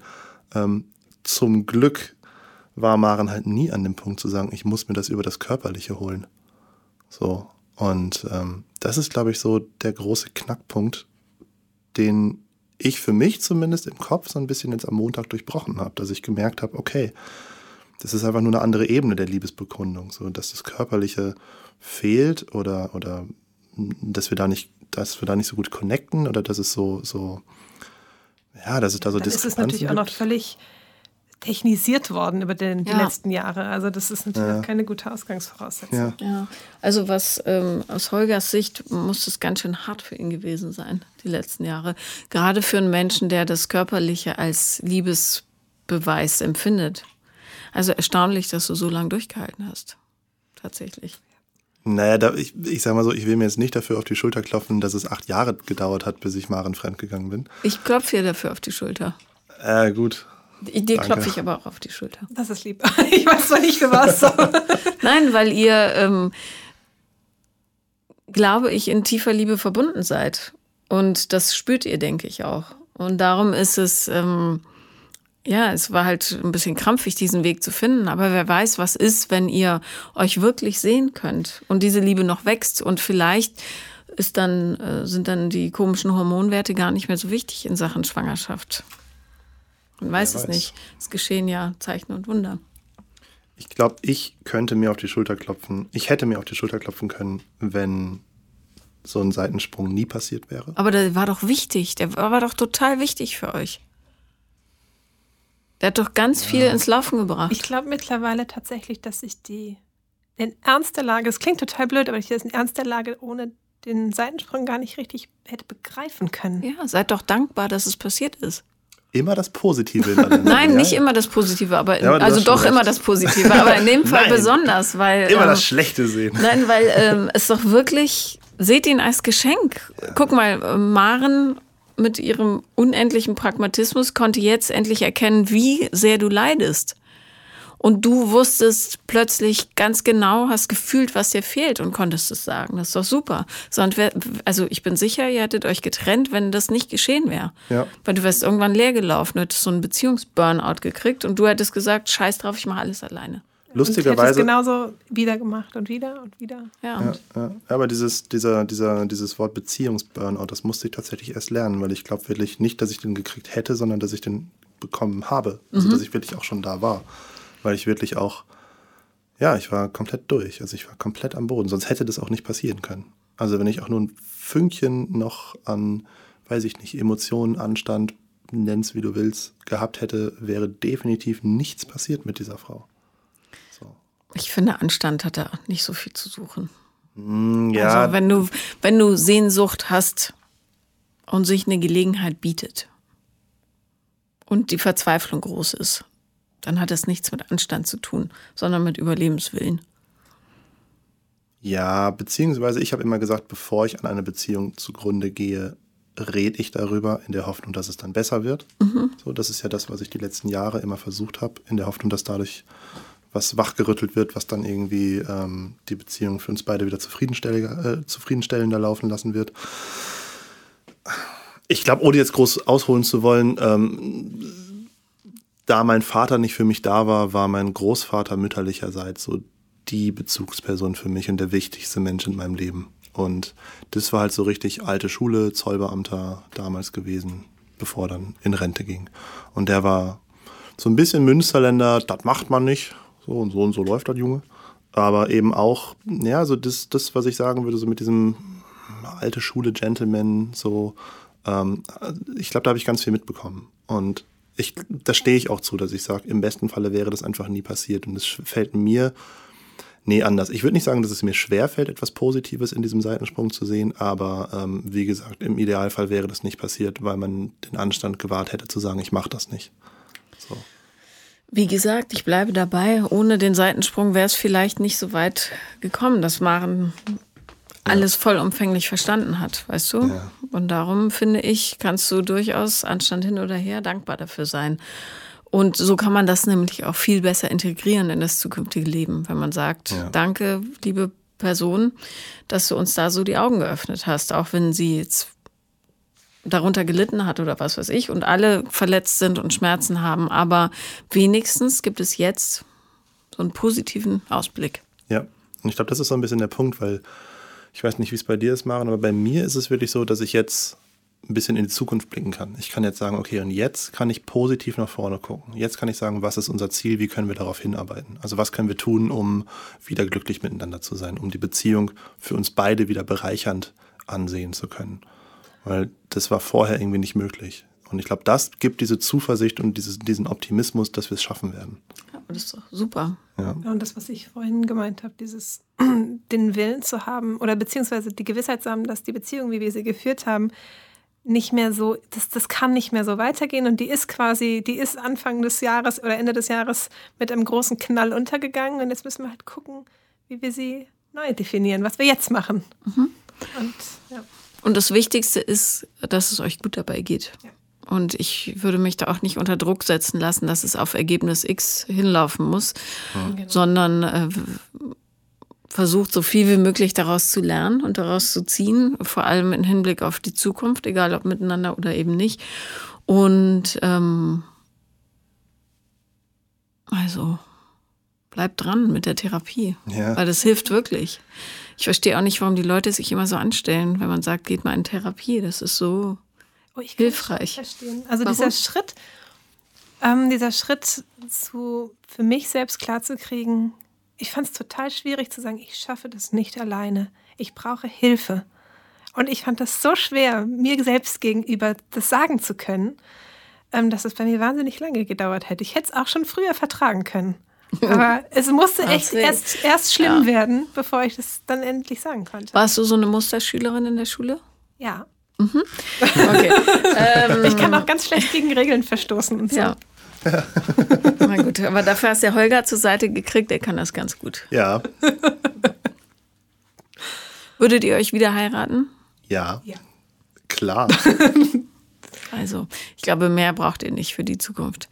zum Glück war Maren halt nie an dem Punkt zu sagen, ich muss mir das über das Körperliche holen. So. Und das ist, glaube ich, so der große Knackpunkt, den ich für mich zumindest im Kopf so ein bisschen jetzt am Montag durchbrochen habe, dass ich gemerkt habe, okay, das ist einfach nur eine andere Ebene der Liebesbekundung, so dass das Körperliche fehlt oder dass wir da nicht so gut connecten oder dass es so dass es da so Diskrepanzen gibt. Es ist natürlich auch noch völlig technisiert worden über die letzten Jahre. Also das ist natürlich auch keine gute Ausgangsvoraussetzung. Ja. Also aus Holgers Sicht muss es ganz schön hart für ihn gewesen sein, die letzten Jahre. Gerade für einen Menschen, der das Körperliche als Liebesbeweis empfindet. Also erstaunlich, dass du so lange durchgehalten hast. Tatsächlich. Naja, ich sag mal so, ich will mir jetzt nicht dafür auf die Schulter klopfen, dass es 8 Jahre gedauert hat, bis ich Maren fremdgegangen bin. Ich klopfe dir dafür auf die Schulter. Gut. Dir klopfe ich aber auch auf die Schulter. Das ist lieb. Ich weiß zwar nicht, für was. Nein, weil ihr, glaube ich, in tiefer Liebe verbunden seid. Und das spürt ihr, denke ich, auch. Und darum ist es... es war halt ein bisschen krampfig, diesen Weg zu finden. Aber wer weiß, was ist, wenn ihr euch wirklich sehen könnt und diese Liebe noch wächst. Und vielleicht sind dann die komischen Hormonwerte gar nicht mehr so wichtig in Sachen Schwangerschaft. Man weiß es nicht. Es geschehen ja Zeichen und Wunder. Ich glaube, ich hätte mir auf die Schulter klopfen können, wenn so ein Seitensprung nie passiert wäre. Aber der war doch wichtig. Der war doch total wichtig für euch. Der hat doch ganz viel ins Laufen gebracht. Ich glaube mittlerweile tatsächlich, dass sich die den Ernst der Lage, es klingt total blöd, aber ich den Ernst der Lage ohne den Seitensprung gar nicht richtig hätte begreifen können. Ja, seid doch dankbar, dass es passiert ist. Immer das Positive in allem. Nein, nicht immer das Positive, aber Ja, aber du also hast schon doch recht. immer das Positive, aber in dem Fall Nein. besonders, weil Immer das Schlechte sehen. nein, weil es doch wirklich, seht ihn als Geschenk. Guck mal, Maren mit ihrem unendlichen Pragmatismus konnte jetzt endlich erkennen, wie sehr du leidest. Und du wusstest plötzlich ganz genau, hast gefühlt, was dir fehlt und konntest es sagen. Das ist doch super. Also ich bin sicher, ihr hättet euch getrennt, wenn das nicht geschehen wäre. Ja. Weil du wärst irgendwann leer gelaufen, du hättest so einen Beziehungsburnout gekriegt und du hättest gesagt, scheiß drauf, ich mache alles alleine. Und ich hätte es Lustigerweise. genauso wieder gemacht und wieder und wieder. Ja. Ja, aber dieses Wort Beziehungsburnout, das musste ich tatsächlich erst lernen, weil ich glaube wirklich nicht, dass ich den gekriegt hätte, sondern dass ich den bekommen habe. Also dass ich wirklich auch schon da war. Weil ich wirklich auch, ja, ich war komplett durch. Also ich war komplett am Boden. Sonst hätte das auch nicht passieren können. Also wenn ich auch nur ein Fünkchen noch an, weiß ich nicht, Emotionen, Anstand, nenn's wie du willst, gehabt hätte, wäre definitiv nichts passiert mit dieser Frau. So. Ich finde, Anstand hat da nicht so viel zu suchen. Ja, Also wenn du Sehnsucht hast und sich eine Gelegenheit bietet und die Verzweiflung groß ist, dann hat das nichts mit Anstand zu tun, sondern mit Überlebenswillen. ja, beziehungsweise ich habe immer gesagt, bevor ich an eine Beziehung zugrunde gehe, rede ich darüber in der Hoffnung, dass es dann besser wird. So, das ist ja das, was ich die letzten Jahre immer versucht habe, in der Hoffnung, dass dadurch was wachgerüttelt wird, was dann irgendwie die Beziehung für uns beide wieder zufriedenstellender laufen lassen wird. Ich glaube, ohne jetzt groß ausholen zu wollen, da mein Vater nicht für mich da war, war mein Großvater mütterlicherseits so die Bezugsperson für mich und der wichtigste Mensch in meinem Leben. Und das war halt so richtig alte Schule, Zollbeamter damals gewesen, bevor er dann in Rente ging. Und der war so ein bisschen Münsterländer, das macht man nicht, so und so läuft das Junge. Aber eben auch, ja, so das, was ich sagen würde, so mit diesem alte Schule Gentleman, so, ich glaube, da habe ich ganz viel mitbekommen. Und da stehe ich auch zu, dass ich sage, im besten Falle wäre das einfach nie passiert. Und es fällt mir, anders. Ich würde nicht sagen, dass es mir schwerfällt, etwas Positives in diesem Seitensprung zu sehen, aber wie gesagt, im Idealfall wäre das nicht passiert, weil man den Anstand gewahrt hätte zu sagen, ich mache das nicht. So. Wie gesagt, ich bleibe dabei. Ohne den Seitensprung wäre es vielleicht nicht so weit gekommen, dass Maren alles vollumfänglich verstanden hat, weißt du? Ja. Und darum, finde ich, kannst du durchaus, Anstand hin oder her, dankbar dafür sein. Und so kann man das nämlich auch viel besser integrieren in das zukünftige Leben, wenn man sagt, danke, liebe Person, dass du uns da so die Augen geöffnet hast, auch wenn sie jetzt darunter gelitten hat oder was weiß ich und alle verletzt sind und Schmerzen haben. Aber wenigstens gibt es jetzt so einen positiven Ausblick. Ja, und ich glaube, das ist so ein bisschen der Punkt, weil ich weiß nicht, wie es bei dir ist, Maren, aber bei mir ist es wirklich so, dass ich jetzt ein bisschen in die Zukunft blicken kann. Ich kann jetzt sagen, okay, und jetzt kann ich positiv nach vorne gucken. Jetzt kann ich sagen, was ist unser Ziel, wie können wir darauf hinarbeiten? Also was können wir tun, um wieder glücklich miteinander zu sein, um die Beziehung für uns beide wieder bereichernd ansehen zu können. Weil das war vorher irgendwie nicht möglich. Und ich glaube, das gibt diese Zuversicht und diesen Optimismus, dass wir es schaffen werden. Ja, das ist doch super. Ja. Und das, was ich vorhin gemeint habe, dieses den Willen zu haben oder beziehungsweise die Gewissheit zu haben, dass die Beziehung, wie wir sie geführt haben, nicht mehr so, das kann nicht mehr so weitergehen und die ist Anfang des Jahres oder Ende des Jahres mit einem großen Knall untergegangen und jetzt müssen wir halt gucken, wie wir sie neu definieren, was wir jetzt machen. Und das Wichtigste ist, dass es euch gut dabei geht. Ja. Und ich würde mich da auch nicht unter Druck setzen lassen, dass es auf Ergebnis X hinlaufen muss, sondern versucht, so viel wie möglich daraus zu lernen und daraus zu ziehen, vor allem im Hinblick auf die Zukunft, egal ob miteinander oder eben nicht. Und also bleibt dran mit der Therapie, weil das hilft wirklich. Ich verstehe auch nicht, warum die Leute sich immer so anstellen, wenn man sagt, geht mal in Therapie. Das ist so hilfreich. Verstehen. Also Warum? dieser Schritt für mich selbst klarzukriegen, ich fand es total schwierig zu sagen, ich schaffe das nicht alleine. Ich brauche Hilfe. Und ich fand das so schwer, mir selbst gegenüber das sagen zu können, dass es bei mir wahnsinnig lange gedauert hätte. Ich hätte es auch schon früher vertragen können. Aber es musste echt erst schlimm werden, bevor ich das dann endlich sagen konnte. Warst du so eine Musterschülerin in der Schule? Ja. Okay. Ich kann auch ganz schlecht gegen Regeln verstoßen und so. Ja. Na gut, aber dafür hast du ja Holger zur Seite gekriegt, der kann das ganz gut. Ja. Würdet ihr euch wieder heiraten? Ja. Klar. Also, ich glaube, mehr braucht ihr nicht für die Zukunft.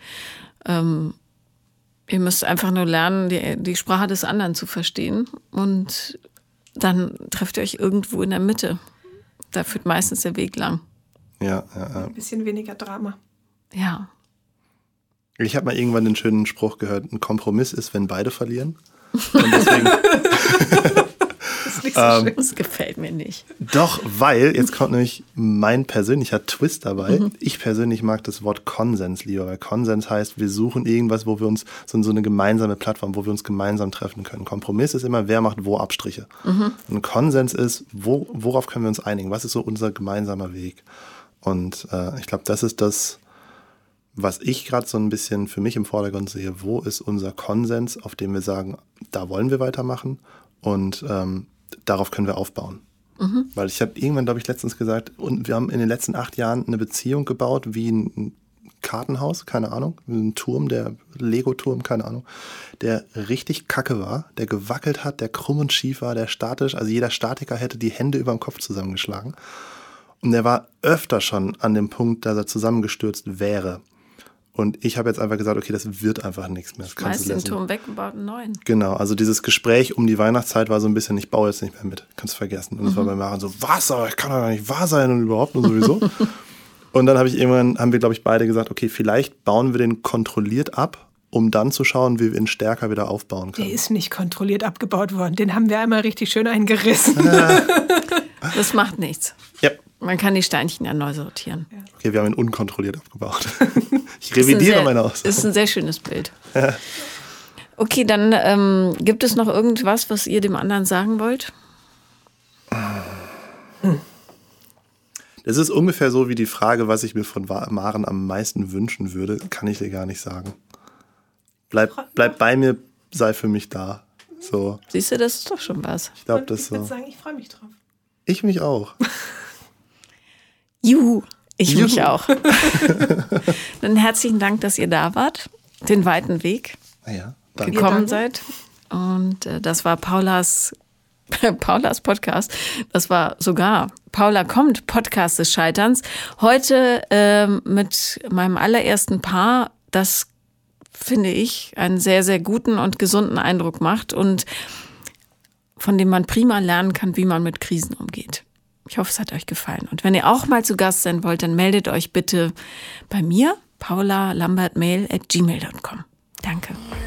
Ihr müsst einfach nur lernen, die Sprache des anderen zu verstehen. Und dann trefft ihr euch irgendwo in der Mitte. Da führt meistens der Weg lang. Ja. Ein bisschen weniger Drama. Ja. Ich habe mal irgendwann den schönen Spruch gehört, ein Kompromiss ist, wenn beide verlieren. Und deswegen Das ist nicht so schlimm. Das gefällt mir nicht. Doch, weil, jetzt kommt nämlich mein persönlicher Twist dabei. Ich persönlich mag das Wort Konsens lieber, weil Konsens heißt, wir suchen irgendwas, wo wir uns, so eine gemeinsame Plattform, wo wir uns gemeinsam treffen können. Kompromiss ist immer, wer macht wo Abstriche. Und Konsens ist, worauf können wir uns einigen? Was ist so unser gemeinsamer Weg? Und ich glaube, das ist das, was ich gerade so ein bisschen für mich im Vordergrund sehe. Wo ist unser Konsens, auf dem wir sagen, da wollen wir weitermachen und darauf können wir aufbauen. Weil ich habe irgendwann, glaube ich, letztens gesagt, und wir haben in den letzten 8 Jahren eine Beziehung gebaut wie ein Kartenhaus, keine Ahnung, ein Turm, der Lego-Turm, keine Ahnung, der richtig kacke war, der gewackelt hat, der krumm und schief war, der statisch, also jeder Statiker hätte die Hände über dem Kopf zusammengeschlagen. Und der war öfter schon an dem Punkt, dass er zusammengestürzt wäre. Und ich habe jetzt einfach gesagt, okay, das wird einfach nichts mehr. Schmeißt den Turm weg und baut einen neuen. Genau, also dieses Gespräch um die Weihnachtszeit war so ein bisschen, ich baue jetzt nicht mehr mit, kannst vergessen. Und es war bei Maren so, was, aber ich kann doch gar nicht wahr sein und überhaupt und sowieso. Und dann haben wir, glaube ich, beide gesagt, okay, vielleicht bauen wir den kontrolliert ab, um dann zu schauen, wie wir ihn stärker wieder aufbauen können. Der ist nicht kontrolliert abgebaut worden. Den haben wir einmal richtig schön eingerissen. Das macht nichts. Ja. Man kann die Steinchen ja neu sortieren. Okay, wir haben ihn unkontrolliert abgebaut. Ich revidiere meine Aussage. Ist ein sehr schönes Bild. Okay, dann gibt es noch irgendwas, was ihr dem anderen sagen wollt? Das ist ungefähr so wie die Frage, was ich mir von Maren am meisten wünschen würde, kann ich dir gar nicht sagen. Bleib bei mir, sei für mich da. So. Siehst du, das ist doch schon was. Ich glaube, das so. Ich würde sagen, ich freue mich drauf. Ich mich auch. Juhu, ich mich auch. Dann herzlichen Dank, dass ihr da wart, den weiten Weg Ja, danke. gekommen seid. Und das war Paulas Podcast. Das war sogar Paula kommt, Podcast des Scheiterns. Heute mit meinem allerersten Paar, das finde ich einen sehr, sehr guten und gesunden Eindruck macht und von dem man prima lernen kann, wie man mit Krisen umgeht. Ich hoffe, es hat euch gefallen. Und wenn ihr auch mal zu Gast sein wollt, dann meldet euch bitte bei mir, paulalambertmail@gmail.com. Danke.